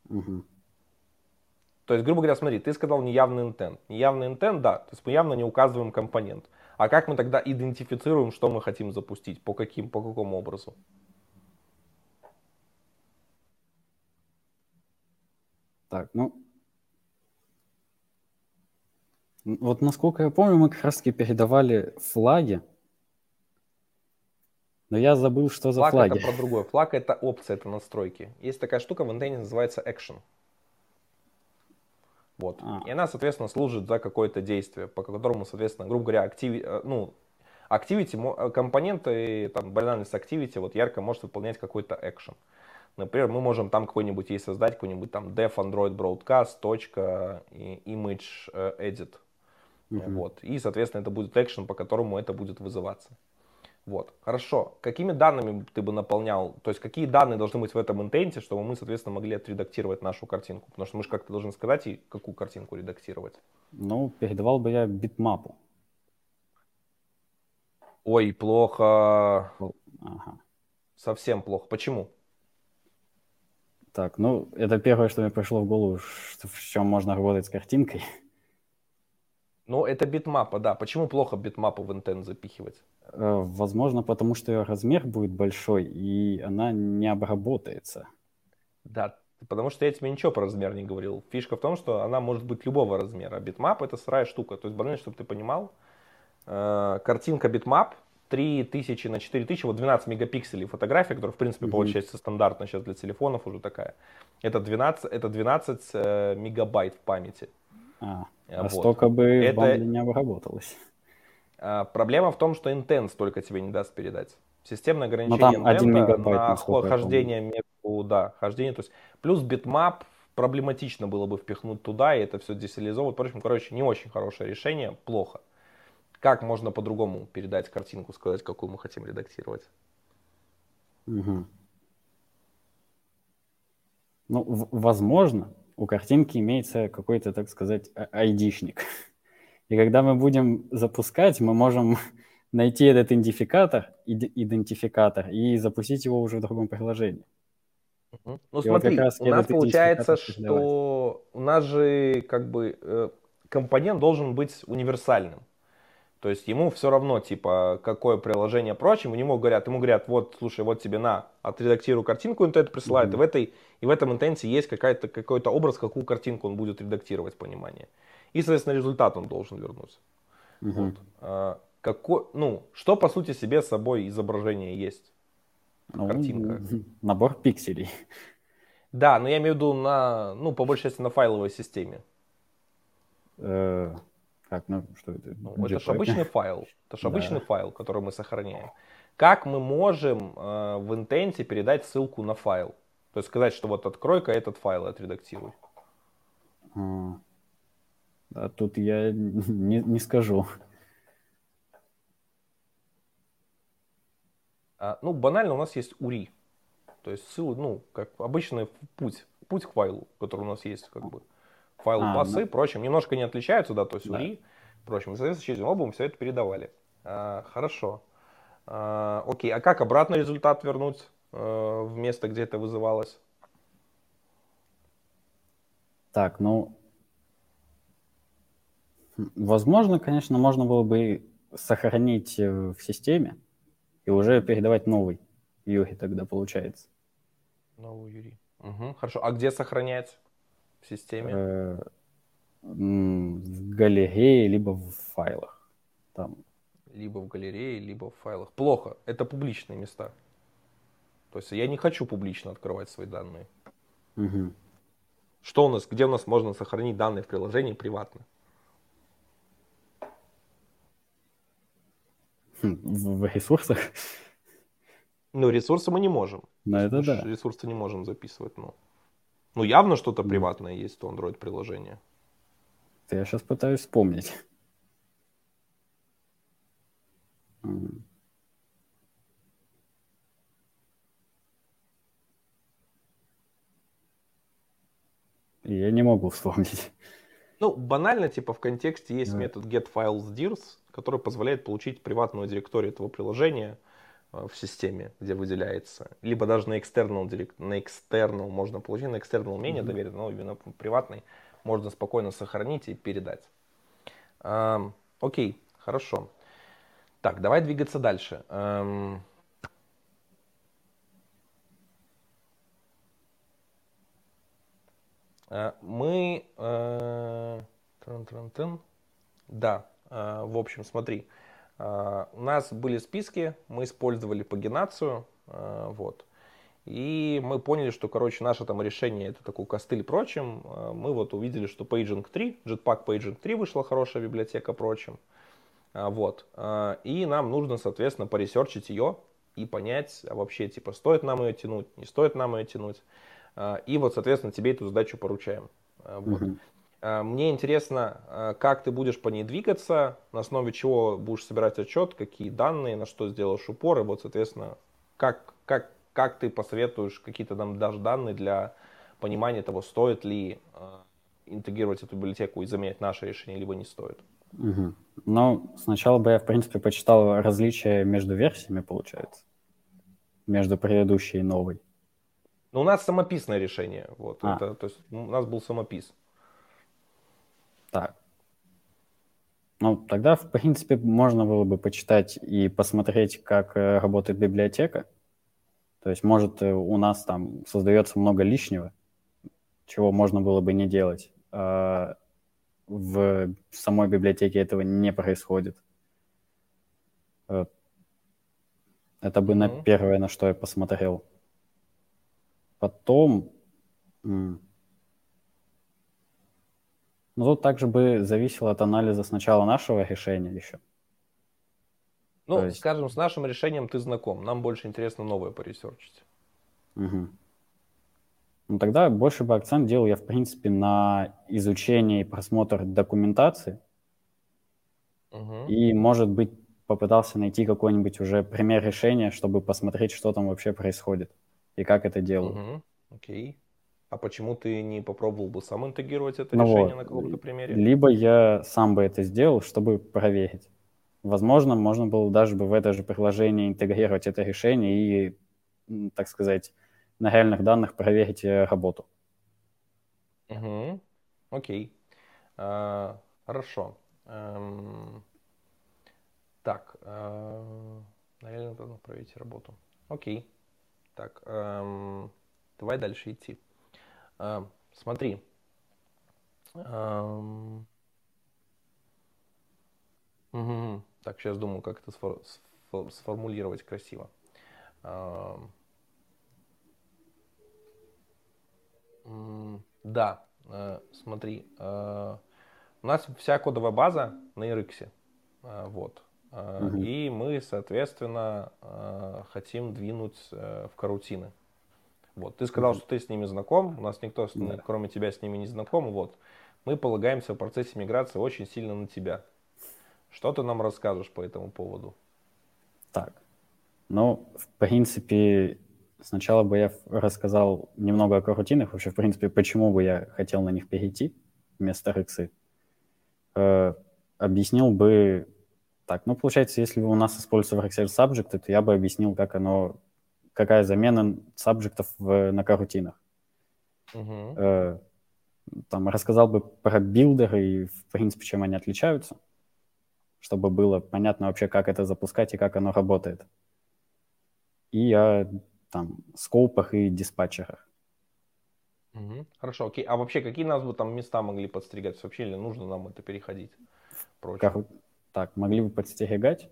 То есть, грубо говоря, смотри, ты сказал неявный интент. Неявный интент, да, то есть мы явно не указываем компонент. А как мы тогда идентифицируем, что мы хотим запустить? По какому образу? Так, ну, Вот насколько я помню, мы как раз-таки передавали флаги, но я забыл, что за Флаг это флаги. про другое. Флаг это опция, это настройки. Есть такая штука в Intent, называется Action. Вот. И она, соответственно, служит за какое-то действие, по которому, соответственно, грубо говоря, activity, компоненты, там, binary activity, вот ярко может выполнять какой-то action. Например, мы можем там какой-нибудь ей создать, какой-нибудь там def android broadcast, точка, и image edit. Мгм. Вот. И, соответственно, это будет action, по которому это будет вызываться. Вот, хорошо. Какими данными ты бы наполнял, то есть какие данные должны быть в этом интенте, чтобы мы, соответственно, могли отредактировать нашу картинку? Потому что мы же как-то должны сказать, и какую картинку редактировать. Ну, передавал бы я битмапу. Ой, плохо, Ага. совсем плохо. Почему? Так, ну, это первое, что мне пришло в голову, что, в чем можно работать с картинкой. Ну, это битмапа, да. Почему плохо битмапу в интент запихивать? Возможно, потому что ее размер будет большой, и она не обработается. Да, потому что я тебе ничего про размер не говорил. Фишка в том, что она может быть любого размера. Битмап это сырая штука. То есть, банально, чтобы ты понимал, картинка битмап 3000 на 4000, вот 12 мегапикселей фотография, которая, в принципе, по большей Мгм. части стандартная сейчас для телефонов уже такая. Это 12 мегабайт в памяти. А Вот. столько бы в Это бамбле не обработалось. проблема в том, что интент столько тебе не даст передать. Системное Но ограничение там 1 интента мегабайт, на насколько я помню. хождение между, да, хождение, то есть плюс битмап проблематично было бы впихнуть туда, и это все десериализовывать. Впрочем, короче, не очень хорошее решение, плохо. Как можно по-другому передать картинку, сказать, какую мы хотим редактировать? Мгм. Ну, возможно, у картинки имеется какой-то, так сказать, айдишник. И когда мы будем запускать, мы можем найти этот идентификатор и запустить его уже в другом приложении. Мгм. Ну И вот как смотри, раз у нас этот идентификатор получается, передавать. что у нас же как бы компонент должен быть универсальным. То есть ему все равно, типа, какое приложение прочим, ему говорят, вот, слушай, вот тебе на, отредактируй картинку, интент присылает, Мгм. и в этом интенте есть какой-то образ, какую картинку он будет редактировать, понимание. И, соответственно, результат он должен вернуть. Мгм. Вот. Что по сути себе собой изображение есть? Ну, Картинка. набор пикселей. Да, но я имею в виду по большей части на файловой системе. Э, Так, ну что это? Ну, это же JPEG? обычный файл. Это же обычный Да. файл, который мы сохраняем. Как мы можем в интенте передать ссылку на файл? То есть сказать, что вот открой-ка этот файл и отредактируй. А, а тут я не скажу. Банально у нас есть URI. То есть как обычный путь к файлу, который у нас есть, как бы. Файл Ну, пасы, прочим, немножко не отличаются, да, то есть да. URI, прочим. И, соответственно, через него мы все это передавали. Хорошо. Окей, а как обратный результат вернуть в место, где это вызывалось? Так, ну, возможно, конечно, можно было бы сохранить в системе и уже передавать новый Юги тогда получается. Новый Юрий. Мгм, хорошо. А где сохранять в системе? Э, В галерее, либо в файлах. Там. Либо в галерее, либо в файлах. Плохо. Это публичные места. То есть я не хочу публично открывать свои данные. Мгм. Где у нас можно сохранить данные в приложении приватно? В ресурсах? Ну, ресурсы мы не можем. То Ну, есть это мы ж да. ресурсы не можем записывать. Ну явно что-то М. приватное есть у Android приложения. Это я сейчас пытаюсь вспомнить. М. Я не могу вспомнить. Ну, банально, типа в контексте есть Э, метод getFilesDirs, который позволяет получить приватную директорию этого приложения в системе, где выделяется. Либо даже на external можно получить, на external менее мгм. доверенно, но именно приватный можно спокойно сохранить и передать. Окей, хорошо. Так, давай двигаться дальше. Мы... трын-трын-трын. Да, в общем, смотри, у нас были списки, мы использовали пагинацию, вот, и мы поняли, что, короче, наше там решение это такой костыль прочим. Мы вот увидели, что Paging 3, Jetpack Paging 3 вышла хорошая библиотека прочим. Вот. И нам нужно, соответственно, поресерчить ее и понять, а вообще, типа, стоит нам ее тянуть, не стоит нам ее тянуть. И вот, соответственно, тебе эту задачу поручаем. Вот. Мгм. Мне интересно, как ты будешь по ней двигаться, на основе чего будешь собирать отчет, какие данные, на что сделаешь упор, и вот, соответственно, как ты посоветуешь какие-то нам дашь данные для понимания того, стоит ли интегрировать эту библиотеку и заменять наше решение, либо не стоит. Мгм. Ну, сначала бы я, в принципе, почитал различия между версиями, получается, между предыдущей и новой. Но у нас самописное решение, вот, А, это, то есть у нас был самопис. так. Ну, тогда, в принципе, можно было бы почитать и посмотреть, как работает библиотека. То есть, может, у нас там создается много лишнего, чего можно было бы не делать. А в самой библиотеке этого не происходит. Э, Это бы на Мгм. первое, на что я посмотрел. Потом, ну, тут также бы зависело от анализа сначала нашего решения еще. То Ну, есть, скажем, с нашим решением ты знаком, нам больше интересно новое поресерчить. мгм. Ну, тогда больше бы акцент делал я, в принципе, на изучение и просмотр документации. Угу. И, может быть, попытался найти какой-нибудь уже пример решения, чтобы посмотреть, что там вообще происходит и как это делают. Угу. Окей. А почему ты не попробовал бы сам интегрировать это Ну решение вот, на каком-то примере? либо я сам бы это сделал, чтобы проверить. Возможно, можно было даже бы в это же приложение интегрировать это решение и, так сказать, на реальных данных проверить работу. Угу. Окей. Хорошо. Так, наверное, надо проверить работу. Окей. Так, давай дальше идти. Смотри. Эм, мгм. Так, сейчас думаю, как это сформулировать красиво. Эм, Да, смотри, у нас вся кодовая база на Rx, вот, Мгм. и мы, соответственно, хотим двинуть в карутины. Вот, ты сказал, Мгм. что ты с ними знаком, у нас никто, Да. кроме тебя, с ними не знаком, вот. Мы полагаемся в процессе миграции очень сильно на тебя. Что ты нам расскажешь по этому поводу? Так. Ну, в принципе, сначала бы я рассказал немного о карутинах, вообще, в принципе, почему бы я хотел на них перейти вместо RX. Э, Объяснил бы так. Ну, получается, если у нас используется в Excel subject, то я бы объяснил, какая замена сабжектов на карутинах. Угу, Э, Там рассказал бы про билдеры и, в принципе, чем они отличаются, чтобы было понятно вообще, как это запускать и как оно работает. И о там скоупах и диспатчерах. угу. Хорошо, окей. А вообще, какие нас бы там места могли подстерегать? Вообще ли нужно нам это переходить? Впрочем. Кару- Так, могли бы подстерегать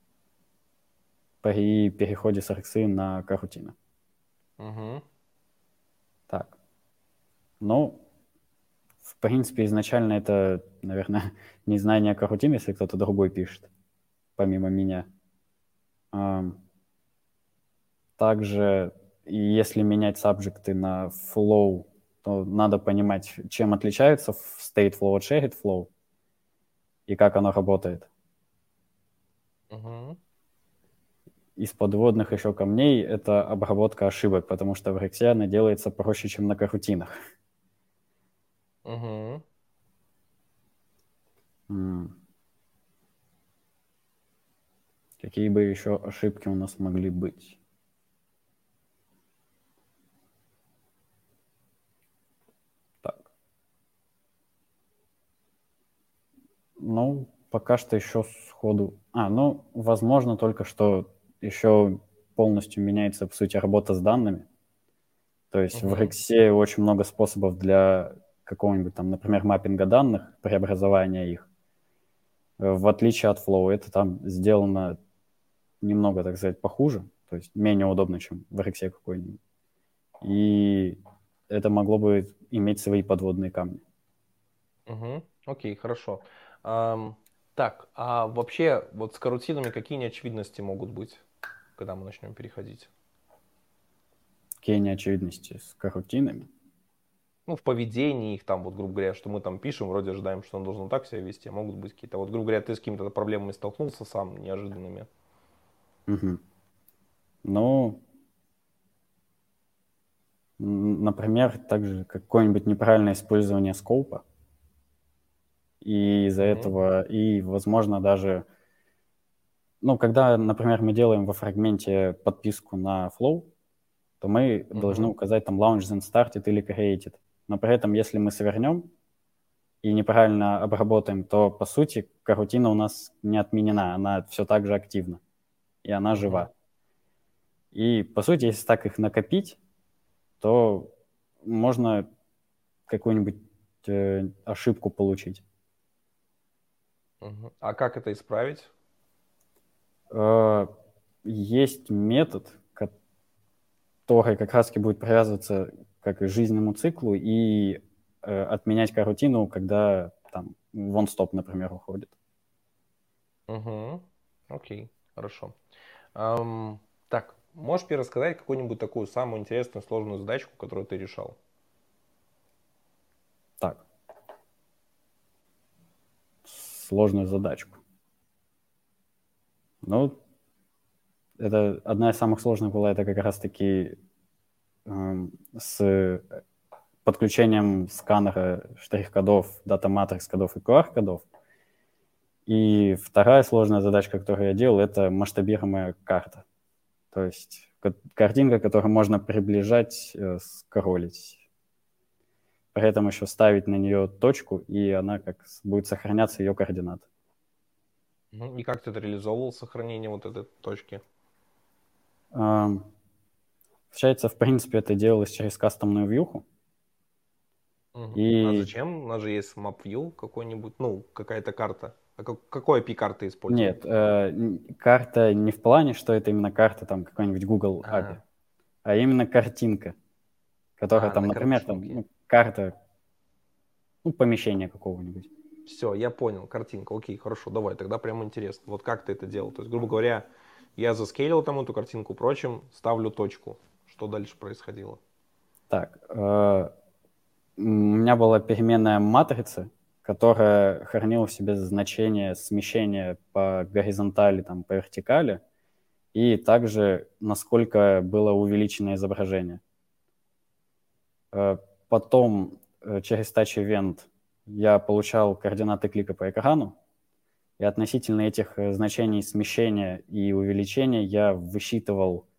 при переходе с RX на карутины. Угу, Так, ну, в принципе, изначально это, наверное, незнание карутин, если кто-то другой пишет, помимо меня. Ам, Также, если менять сабжекты на flow, то надо понимать, чем отличается state flow от shared flow и как оно работает. угу, Из подводных еще камней это обработка ошибок, потому что в Rexia она делается проще, чем на карутинах. угу. М, Какие бы еще ошибки у нас могли быть? Так, ну, пока что еще сходу... ну, возможно, только что еще полностью меняется, по сути, работа с данными. То есть в Угу. Rexia очень много способов для какого-нибудь там, например, маппинга данных, преобразования их. В отличие от Flow, это там сделано немного, так сказать, похуже, то есть менее удобно, чем в RX какой-нибудь. И это могло бы иметь свои подводные камни. Угу. Окей, хорошо. Так, а вообще вот с карутинами какие неочевидности могут быть, когда мы начнем переходить? Какие неочевидности с карутинами? Ну, в поведении их там, вот, грубо говоря, что мы там пишем, вроде ожидаем, что он должен так себя вести, а могут быть какие-то, вот, грубо говоря, ты с какими-то проблемами столкнулся сам, неожиданными. Угу. Ну, например, также какое-нибудь неправильное использование скоупа. И из-за Угу. этого, и, возможно, даже, ну, когда, например, мы делаем во фрагменте подписку на Flow, то мы должны Угу. указать там launch, then started или created. Но при этом, если мы свернем и неправильно обработаем, то, по сути, карутина у нас не отменена, она все так же активна, и она Угу. жива. И, по сути, если так их накопить, то можно какую-нибудь ошибку получить. Угу. А как это исправить? Есть метод, который как раз-таки будет привязываться как к жизненному циклу и отменять карутину, когда там вон-стоп, например, уходит. Угу. Окей, хорошо. Так, можешь мне рассказать какую-нибудь такую самую интересную, сложную задачку, которую ты решал? Так, сложную задачку. Ну, это одна из самых сложных была, это как раз-таки с подключением сканера штрих-кодов, дата-матрикс кодов и QR-кодов. И вторая сложная задачка, которую я делал, это масштабируемая карта. То есть картинка, которую можно приближать, скроллить. При этом еще ставить на нее точку, и она как будет сохраняться ее координаты. И как ты это реализовывал, сохранение вот этой точки? Получается, в принципе, это делалось через кастомную вьюху. А И зачем? У нас же есть MapView какой-нибудь, ну, какая-то карта. А какой API карты использовать? нет, карта не в плане, что это именно карта там какой-нибудь Google API, А, а именно картинка, которая там, на например, там, картинке. ну, карта, ну, помещения какого-нибудь. Все, я понял, картинка. Окей, хорошо, давай, тогда прямо интересно. Вот как ты это делал? То есть, грубо говоря, я заскейлил там эту картинку, прочим, ставлю точку. Что дальше происходило? Так, у меня была переменная матрица, которая хранила в себе значение смещения по горизонтали, там, по вертикали, и также насколько было увеличено изображение. Потом через Touch Event я получал координаты клика по экрану, и относительно этих значений смещения и увеличения я высчитывал,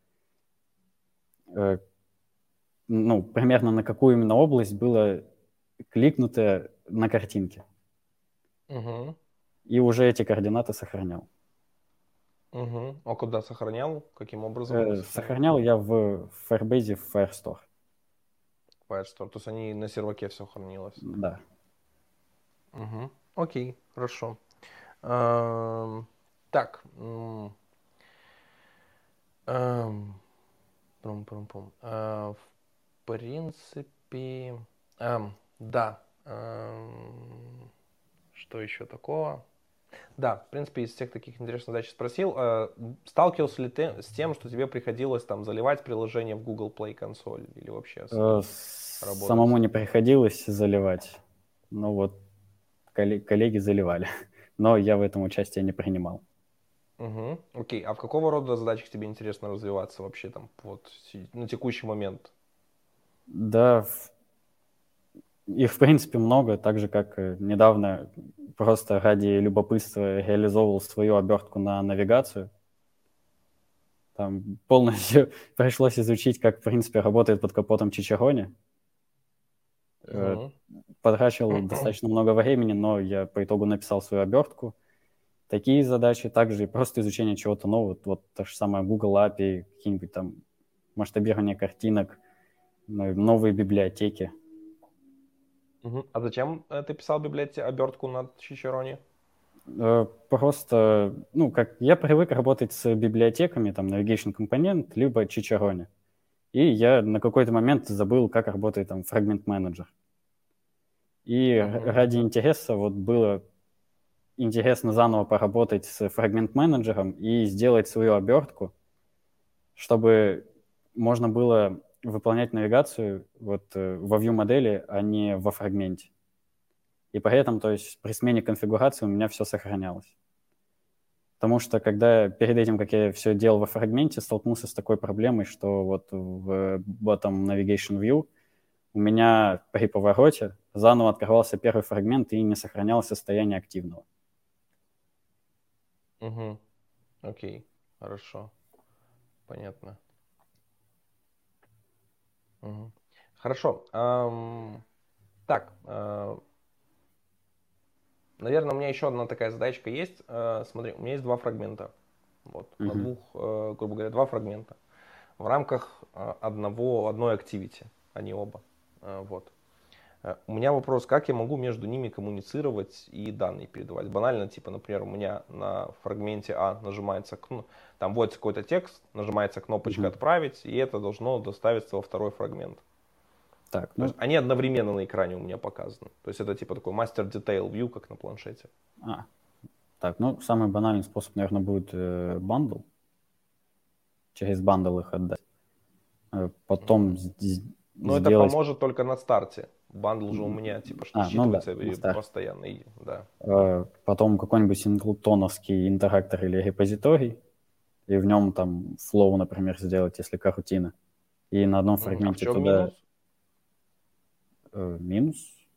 ну, примерно на какую именно область было кликнуто на картинке. Угу, И уже эти координаты сохранял. угу. А куда сохранял? Каким образом их сохранял? Сохранял я в Firebase в Firestore. Firestore. То есть они на серваке все хранилось. Да. Угу. Окей, хорошо. Так. Эм, Пум-пум-пум. В принципе, да. Что еще такого? Да, в принципе, из всех таких интересных задач спросил. Сталкивался ли ты с тем, что тебе приходилось там заливать приложение в Google Play консоль или вообще с ним работать? Самому не приходилось заливать. Но вот коллеги заливали. Но я в этом участие не принимал. Угу. Окей, а в какого рода задачах тебе интересно развиваться вообще там вот на текущий момент? Да, их в принципе много, так же как недавно просто ради любопытства реализовывал свою обертку на навигацию. Там полностью пришлось изучить, как в принципе работает под капотом Чичарони. Угу. Потрачил достаточно много времени, но я по итогу написал свою обертку. Такие задачи, также и просто изучение чего-то нового. Вот та же самая Google API, какие-нибудь там масштабирование картинок, новые библиотеки. А зачем ты писал обертку над Чичерони? Просто, ну, как я привык работать с библиотеками, там, Navigation Component, либо Cicerone. И я на какой-то момент забыл, как работает там фрагмент менеджер. И ради интереса вот было интересно заново поработать с фрагмент менеджером и сделать свою обертку, чтобы можно было выполнять навигацию вот во view модели, а не во фрагменте. И при этом, то есть при смене конфигурации у меня все сохранялось. Потому что когда перед этим, как я все делал во фрагменте, столкнулся с такой проблемой, что вот в bottom navigation view у меня при повороте заново открывался первый фрагмент и не сохранялось состояние активного. Угу. Окей, хорошо, понятно. Угу. Хорошо. Так, наверное, у меня еще одна такая задачка есть. Смотри, у меня есть два фрагмента. Вот, на двух, грубо говоря, два фрагмента. В рамках одной activity, они оба. Вот. У меня вопрос, как я могу между ними коммуницировать и данные передавать? Банально, типа, например, у меня на фрагменте А нажимается, там вводится какой-то текст, нажимается кнопочка «Отправить», и это должно доставиться во второй фрагмент. Так, То есть они одновременно на экране у меня показаны. То есть это типа такой мастер detail view, как на планшете. Так, ну, самый банальный способ, наверное, будет бандл. Через бандл их отдать. Потом Но это поможет только на старте. Бандл же у меня типа что считывается постоянно. Да. Потом какой-нибудь синглтоновский интегратор или репозиторий, и в нем там flow, например, сделать, если карутина. И на одном фрагменте а в чем минус? Минус?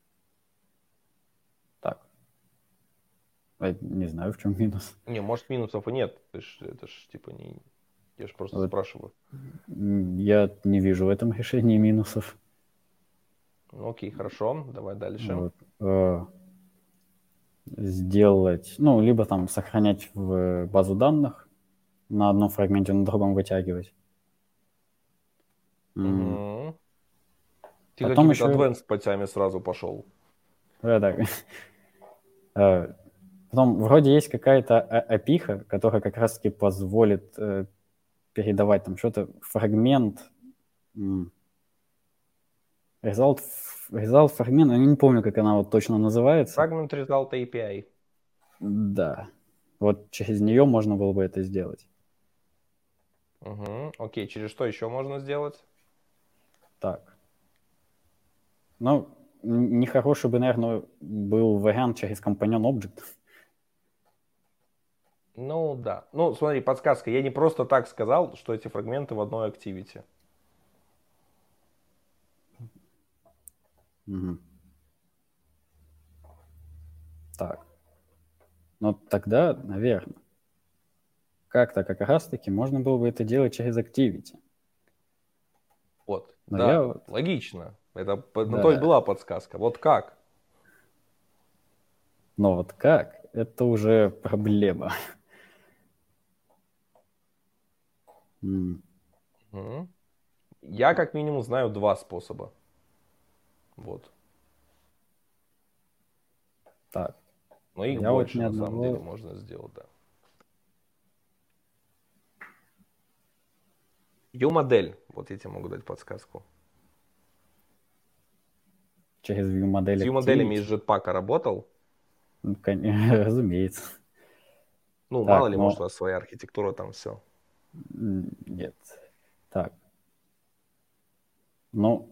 Так. Я не знаю, в чем минус. Не, может минусов и нет. Это ж типа не... Я же просто спрашиваю. Я не вижу в этом решении минусов. Ну, окей, хорошо. Давай дальше. Вот. Сделать, ну, либо там сохранять в базу данных, на одном фрагменте, на другом вытягивать. Угу. Ты Потом какими-то еще... advanced путями сразу пошел. Так. Потом вроде есть какая-то опиха, которая как раз-таки позволит передавать там что-то, фрагмент, result фрагмент, я не помню, как она вот точно называется. Fragment Result API. Да. Вот через нее можно было бы это сделать. Угу. Окей, через что еще можно сделать? Так. Ну, нехороший бы, наверное, был вариант через Companion Object. Ну, да. Ну, смотри, подсказка. Я не просто так сказал, что эти фрагменты в одной activity. Угу. Так. Ну, тогда, наверное, как-то как раз-таки можно было бы это делать через Activity. Вот, Но да, логично. Это да. на то и была подсказка. Вот как? Но вот как? Это уже проблема. Угу. Я как минимум знаю два способа. Вот. Так. Но их больше на самом деле можно сделать, да. View-модель. Вот я тебе могу дать подсказку. Через view-модель С view-моделями из Jetpack работал? Ну, разумеется. Ну, так, мало ли, может, у вас своя архитектура там все. Нет. Так. Ну,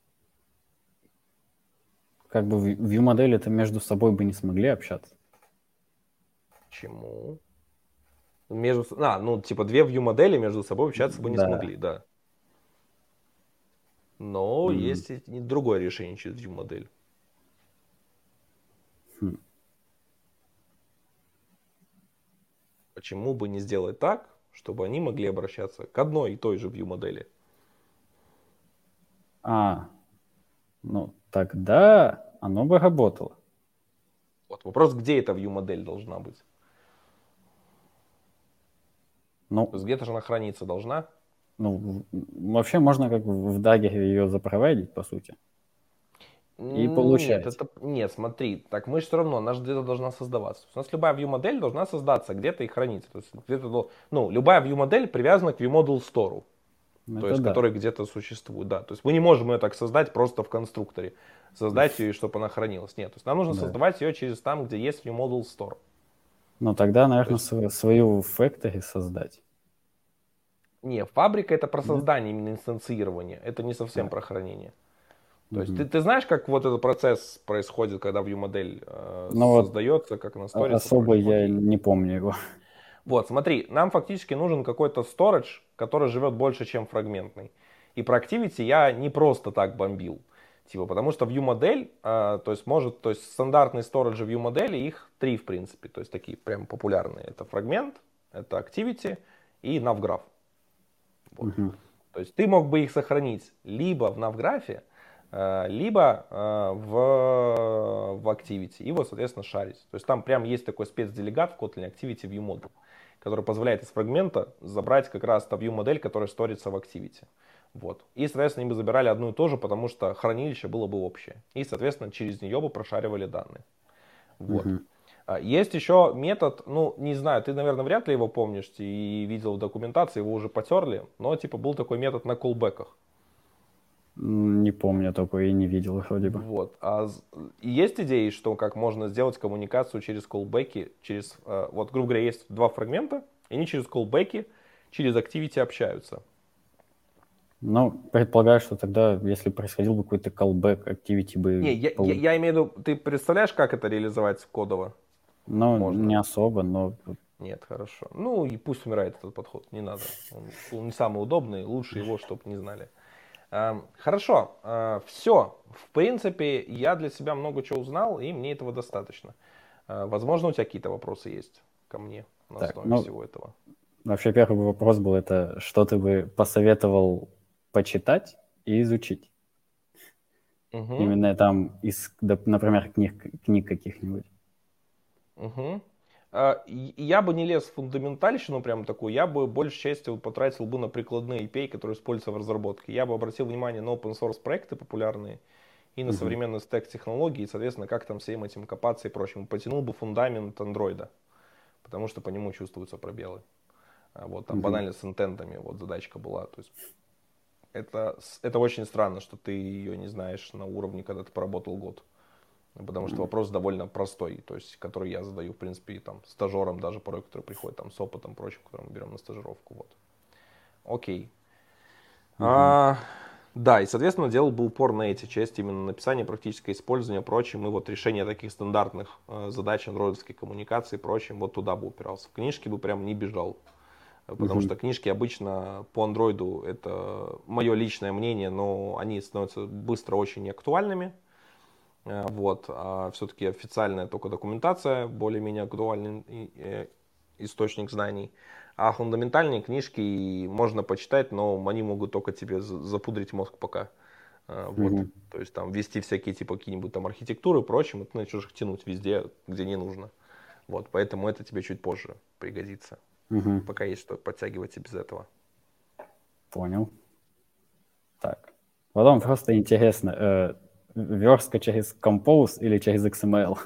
как бы view-модели-то между собой бы не смогли общаться. Почему? Ну, типа, две view-модели между собой общаться бы не смогли, да. Но есть и другое решение через view-модель. Почему бы не сделать так, чтобы они могли обращаться к одной и той же view-модели? Ну, тогда оно бы работало. Вот вопрос, где эта view-модель должна быть? Ну, то есть где-то же она храниться должна? Ну, вообще можно как в Dagger ее запроводить, по сути. и Нет, получать. нет, смотри, так мы же все равно, она же где-то должна создаваться. У нас любая view-модель должна создаться где-то и храниться. То есть где-то, ну, любая view-модель привязана к view-model store, то Это есть да. который где-то существует, да. То есть мы не можем ее так создать просто в конструкторе, создать ее, чтобы она хранилась. Нет, то есть нам нужно Да. создавать ее через там, где есть view-model store. Но тогда, То наверное, есть, свою factory создать. не, фабрика это про Нет? создание, именно инстанцирование, это не совсем А, про хранение. То есть мгм. ты знаешь, как вот этот процесс происходит, когда view-модель Ну вот создается, как она сторится и особо прочее? я Окей. не помню его. Вот, смотри, нам фактически нужен какой-то storage, который живет больше, чем фрагментный. И про Activity я не просто так бомбил. Типа, потому что view модель, то есть стандартные сториджи view модели, их три в принципе, то есть такие прям популярные. Это фрагмент, это Activity и Navgraph. Вот. Мгм. То есть ты мог бы их сохранить либо в Navgraph, либо в Activity. И вот, соответственно, шарить. То есть там прям есть такой спецделегат в Kotlin Activity View Model, который позволяет из фрагмента забрать как раз ту view модель, которая сторится в Activity. Вот. И, соответственно, мы забирали одну и ту же, потому что хранилище было бы общее. И, соответственно, через нее бы прошаривали данные. Вот. Мгм. Есть еще метод, ну, не знаю, ты, наверное, вряд ли его помнишь и видел в документации, его уже потерли, но, типа, был такой метод на колбеках. Не помню такой и не видел вроде бы. Вот. И есть идеи, что как можно сделать коммуникацию через колбеки, через, вот, грубо говоря, есть два фрагмента, и они через колбеки, через Activity общаются. Ну, предполагаю, что тогда, если происходил бы какой-то callback, activity Не, бы я имею в виду, ты представляешь, как это реализовать кодово? Ну, не Можно. особо, но Нет, хорошо. Ну и пусть умирает этот подход, не надо. Он не самый удобный, лучше его, чтобы не знали. Хорошо, все. В принципе, я для себя много чего узнал, и мне этого достаточно. Возможно, у тебя какие-то вопросы есть ко мне на так. основе Ну, всего этого. вообще первый вопрос был это, что ты бы посоветовал почитать и изучить? Угу, Именно там например, книг каких-нибудь. угу. Я бы не лез в фундаментальщину прям такую, я бы большей частью потратил бы на прикладные API, которые используются в разработке. Я бы обратил внимание на open source проекты популярные и на Мгм. современный стек технологий, и, соответственно, как там всем этим копаться и прочему. Потянул бы фундамент андроида, потому что по нему чувствуются пробелы. Вот там Мгм. банально с интентами вот задачка была. То есть это очень странно, что ты ее не знаешь на уровне, когда ты поработал год. Потому что вопрос довольно простой, то есть, который я задаю, в принципе, и там стажерам даже порой, которые приходят там с опытом, прочим, которые мы берем на стажировку. Вот. Окей. Мгм. Да, и, соответственно, делал бы упор на эти части, именно написание, практическое использование, прочим, и вот решение таких стандартных задач андроидовской коммуникации, прочим, вот туда бы упирался. В книжки бы прям не бежал, потому Мгм. что книжки обычно по андроиду, это мое личное мнение, но они становятся быстро очень неактуальными. Вот, а все-таки официальная только документация, более-менее актуальный источник знаний. А фундаментальные книжки можно почитать, но они могут только тебе запудрить мозг пока. Вот. Мгм. То есть там ввести всякие типа какие-нибудь там архитектуры и прочим, и ты начнешь их тянуть везде, где не нужно. Вот, поэтому это тебе чуть позже пригодится. Мгм. Пока есть что подтягивать и без этого. Понял. Так. Потом Да. просто интересно, верстка через Compose или через XML?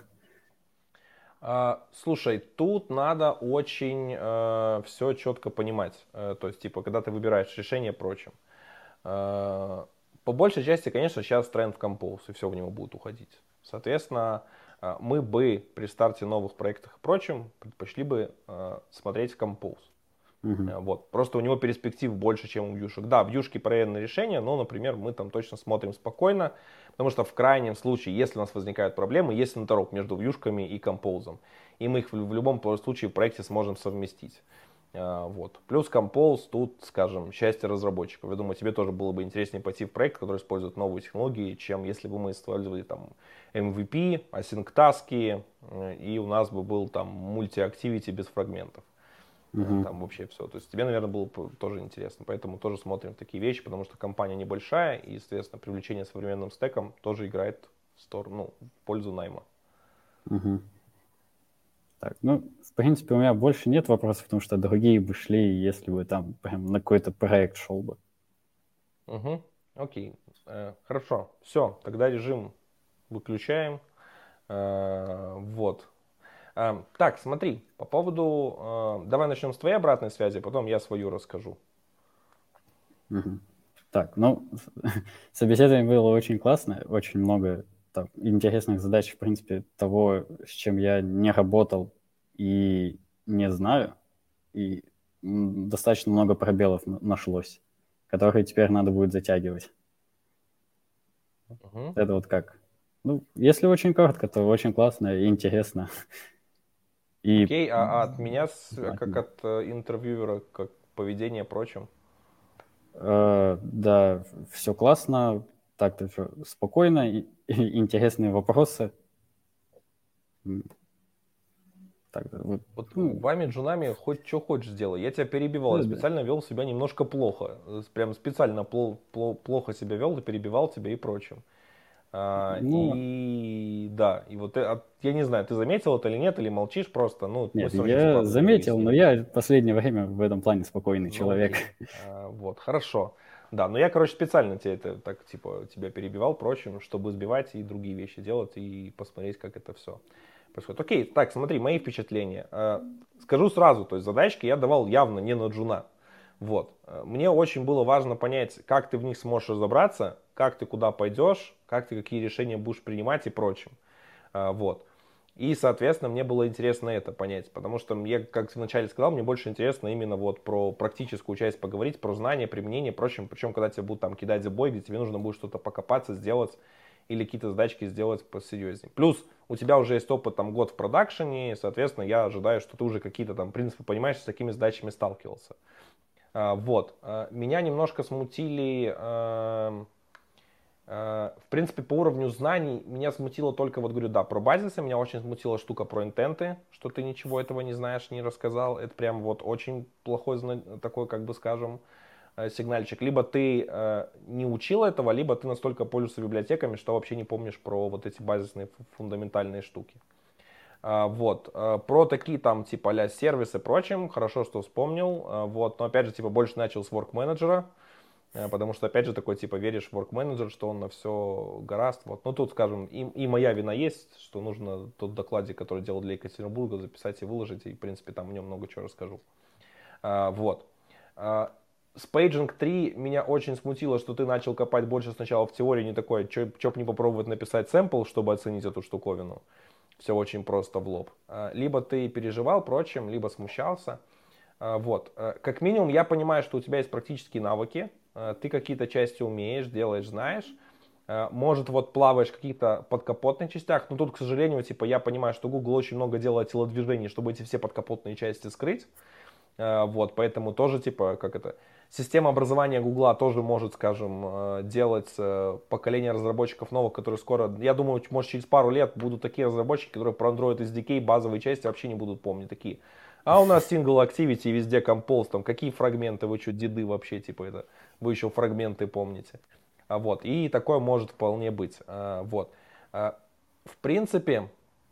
Слушай, тут надо очень все четко понимать. То есть, типа, когда ты выбираешь решение, прочим. По большей части, конечно, сейчас тренд в Compose, и все в него будет уходить. Соответственно, мы бы при старте новых проектов и прочим предпочли бы смотреть в Compose. Мгм. Вот. Просто у него перспектив больше, чем у вьюшек. Да, вьюшки проверенные решения, но, например, мы там точно смотрим спокойно, потому что в крайнем случае, если у нас возникают проблемы, есть интероп между вьюшками и композом. И мы их в любом случае в проекте сможем совместить. Вот. Плюс Compose тут, скажем, счастье разработчиков. Я думаю, тебе тоже было бы интереснее пойти в проект, который использует новые технологии, чем если бы мы использовали там MVP, async таски, и у нас бы был там мульти-активити без фрагментов. Мгм. Там вообще все. То есть тебе, наверное, было тоже интересно. Поэтому тоже смотрим такие вещи, потому что компания небольшая, и, естественно, привлечение современным стеком тоже играет в сторону, ну, в пользу найма. Мгм. Так, ну, в принципе, у меня больше нет вопросов, потому что другие бы шли, если бы там прям на какой-то проект шел бы. Угу. Окей. Хорошо. Все. Тогда режим выключаем. Вот. Так, смотри, по поводу... Давай начнем с твоей обратной связи, потом я свою расскажу. Так, ну, собеседование было очень классное, очень много там интересных задач, в принципе, того, с чем я не работал и не знаю, и достаточно много пробелов нашлось, которые теперь надо будет затягивать. Это вот как? Ну, если очень коротко, то очень классно и интересно. И Окей, а от меня, как от интервьюера, как поведение, прочим? Да, все классно, так-то все спокойно, и интересные вопросы. Так, вот, Вот вами, джунами, хоть что хочешь сделай. Я тебя перебивал, я да. специально вел себя немножко плохо. Прям специально плохо себя вел, и перебивал тебя и прочим. Ну, И да, и вот я не знаю, ты заметил это или нет, или молчишь просто. Ну, мы нет, все равно сейчас я вкладываем в заметил, но объяснение. я в последнее время в этом плане спокойный Ну человек. окей. Вот, хорошо. Да, но я, короче, специально тебе это так, типа, тебя перебивал, прочим, чтобы сбивать и другие вещи делать, и посмотреть, как это все происходит. Окей, так, смотри, мои впечатления. Скажу сразу, то есть задачки я давал явно не на джуна. Вот. Мне очень было важно понять, как ты в них сможешь разобраться, как ты куда пойдешь, как ты какие решения будешь принимать и прочим. Вот. И, соответственно, мне было интересно это понять, потому что я, как вначале сказал, мне больше интересно именно вот про практическую часть поговорить, про знания, применение и прочим. Причем, когда тебе будут там кидать забой, где тебе нужно будет что-то покопаться, сделать или какие-то задачки сделать посерьезнее. Плюс у тебя уже есть опыт там год в продакшене, соответственно, я ожидаю, что ты уже какие-то там принципы понимаешь, с такими задачами сталкивался. Вот. Меня немножко смутили... В принципе, по уровню знаний меня смутило только, вот говорю, да, про базисы, меня очень смутила штука про интенты, что ты ничего этого не знаешь, не рассказал. Это прям вот очень плохой такой, как бы скажем, сигнальчик. Либо ты не учил этого, либо ты настолько пользуешься библиотеками, что вообще не помнишь про вот эти базисные фундаментальные штуки. Вот. Про такие там типа а-ля сервисы и прочим, хорошо, что вспомнил. Вот. Но опять же, типа больше начал с Work Manager. Потому что, опять же, такой, типа, веришь в work manager, что он на все гораст. Вот. Ну, тут, скажем, и моя вина есть, что нужно тот докладик, который делал для Екатеринбурга, записать и выложить, и, в принципе, там о нем много чего расскажу. Вот. С Paging 3 меня очень смутило, что ты начал копать больше сначала в теории, не такое, что б не попробовать написать сэмпл, чтобы оценить эту штуковину. Все очень просто в лоб. Либо ты переживал, прочим, либо смущался. Вот. Как минимум, я понимаю, что у тебя есть практические навыки, ты какие-то части умеешь, делаешь, знаешь. Может, вот плаваешь в каких-то подкапотных частях, но тут, к сожалению, типа, я понимаю, что Google очень много делает телодвижений, чтобы эти все подкапотные части скрыть. Вот, поэтому тоже, типа, как это, система образования Гугла тоже может, скажем, делать поколение разработчиков новых, которые скоро, я думаю, может, через пару лет будут такие разработчики, которые про Android SDK базовые части вообще не будут помнить, такие. А у нас single activity, везде compose, там, какие фрагменты, вы что, деды вообще, типа, это, вы еще фрагменты помните. Вот, и такое может вполне быть. Вот. В принципе,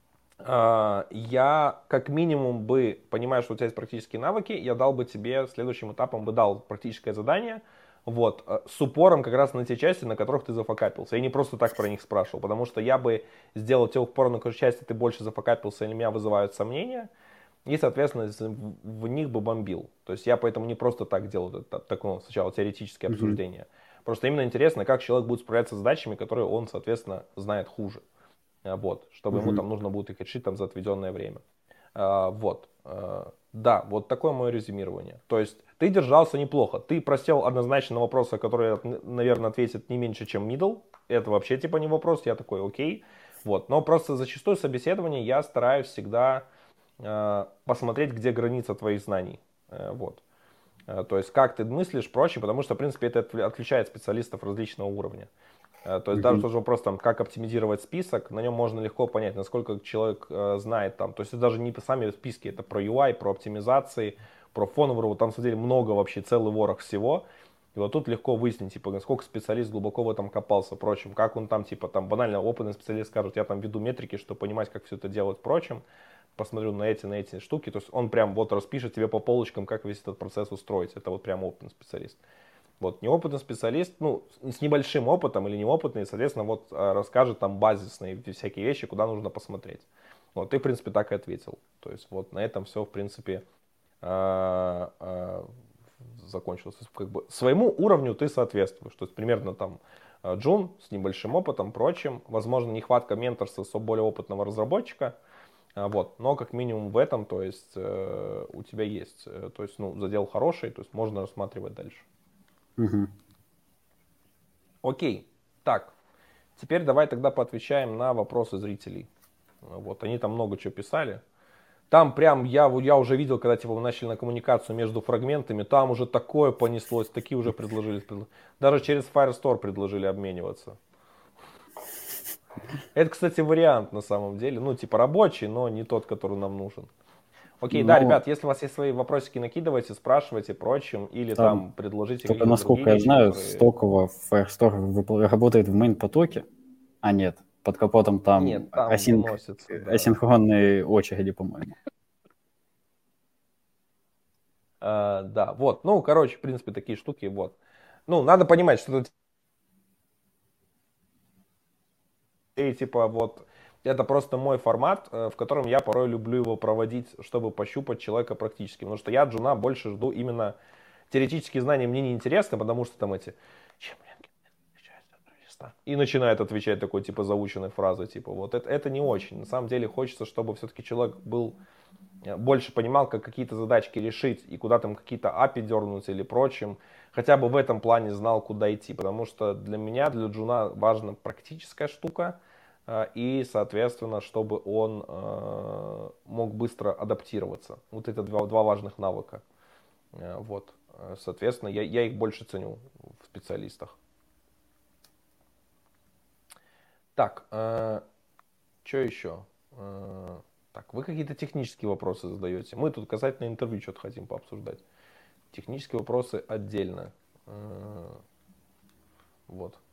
я как минимум бы, понимая, что у тебя есть практические навыки, я дал бы тебе следующим этапом бы дал практическое задание, вот, с упором как раз на те части, на которых ты зафакапился. Я не просто так про них спрашивал, потому что я бы сделал те упор, на которые части ты больше зафакапился, и меня вызывают сомнения, и, соответственно, в них бы бомбил. То есть я поэтому не просто так делал такое сначала теоретическое обсуждение. Просто именно интересно, как человек будет справляться с задачами, которые он, соответственно, знает хуже. Вот, чтобы ему там нужно будет их решить там за отведенное время. Вот. Да, вот такое мое резюмирование. То есть ты держался неплохо. Ты просел однозначно на вопросы, которые, наверное, ответят не меньше, чем middle. Это вообще типа не вопрос, я такой окей. Вот. Но просто зачастую в собеседовании я стараюсь всегда посмотреть, где граница твоих знаний. Вот. То есть как ты мыслишь, прочее, потому что, в принципе, это отличает специалистов различного уровня. То есть даже тот же вопрос, там, как оптимизировать список, на нем можно легко понять, насколько человек знает там. То есть это даже не сами списки, это про UI, про оптимизации, про фоновую, там, на самом деле, много вообще, целый ворох всего. И вот тут легко выяснить, типа, насколько специалист глубоко в этом копался, впрочем, как он там, типа, там, банально опытный специалист скажет, я там веду метрики, чтобы понимать, как все это делать, впрочем, посмотрю на эти штуки, то есть он прям вот распишет тебе по полочкам, как весь этот процесс устроить, это вот прям опытный специалист. Вот, неопытный специалист, ну, с небольшим опытом или неопытный, соответственно, вот расскажет там базисные всякие вещи, куда нужно посмотреть. Вот, ты, в принципе, так и ответил. То есть вот на этом все, в принципе, закончилось. Как бы своему уровню ты соответствуешь. То есть примерно там джун с небольшим опытом, прочим. Возможно, нехватка менторства с более опытного разработчика. Вот. Но как минимум в этом, то есть у тебя есть, то есть, ну, задел хороший, то есть можно рассматривать дальше. Угу. Окей. Так. Теперь давай тогда поотвечаем на вопросы зрителей. Вот. Они там много чего писали. Там прям я уже видел, когда типа вы начали на коммуникацию между фрагментами, там уже такое понеслось, такие уже предложили. Даже через Firestore предложили обмениваться. Это, кстати, вариант на самом деле. Ну, типа рабочий, но не тот, который нам нужен. Окей, да, Ну, ребят, если у вас есть свои вопросики, накидывайте, спрашивайте, прочим, или там, там предложите только какие-то другие насколько я вещи, знаю, которые... стоково Firestore работает в main-потоке, а нет, под капотом там Нет, там выносится, да. асинхронные очереди, по-моему. Да, вот, ну, короче, в принципе, такие штуки, вот. Ну, надо понимать, что это и типа вот это просто мой формат, в котором я порой люблю его проводить, чтобы пощупать человека практически. Потому что я от Джуна больше жду именно теоретические знания мне не интересны, потому что там эти чем и начинает отвечать такой типа заученной фразой, типа вот это не очень. На самом деле хочется, чтобы все-таки человек был больше понимал, как какие-то задачки решить и куда там какие-то API дернуть или прочим. Хотя бы в этом плане знал, куда идти. Потому что для меня, для Джуна важна практическая штука. И, соответственно, чтобы он мог быстро адаптироваться. Вот это два важных навыка. Вот. Соответственно, я их больше ценю в специалистах. Так, что еще? Так, вы какие-то технические вопросы задаете. Мы тут касательно интервью что-то хотим пообсуждать. Технические вопросы отдельно. Вот.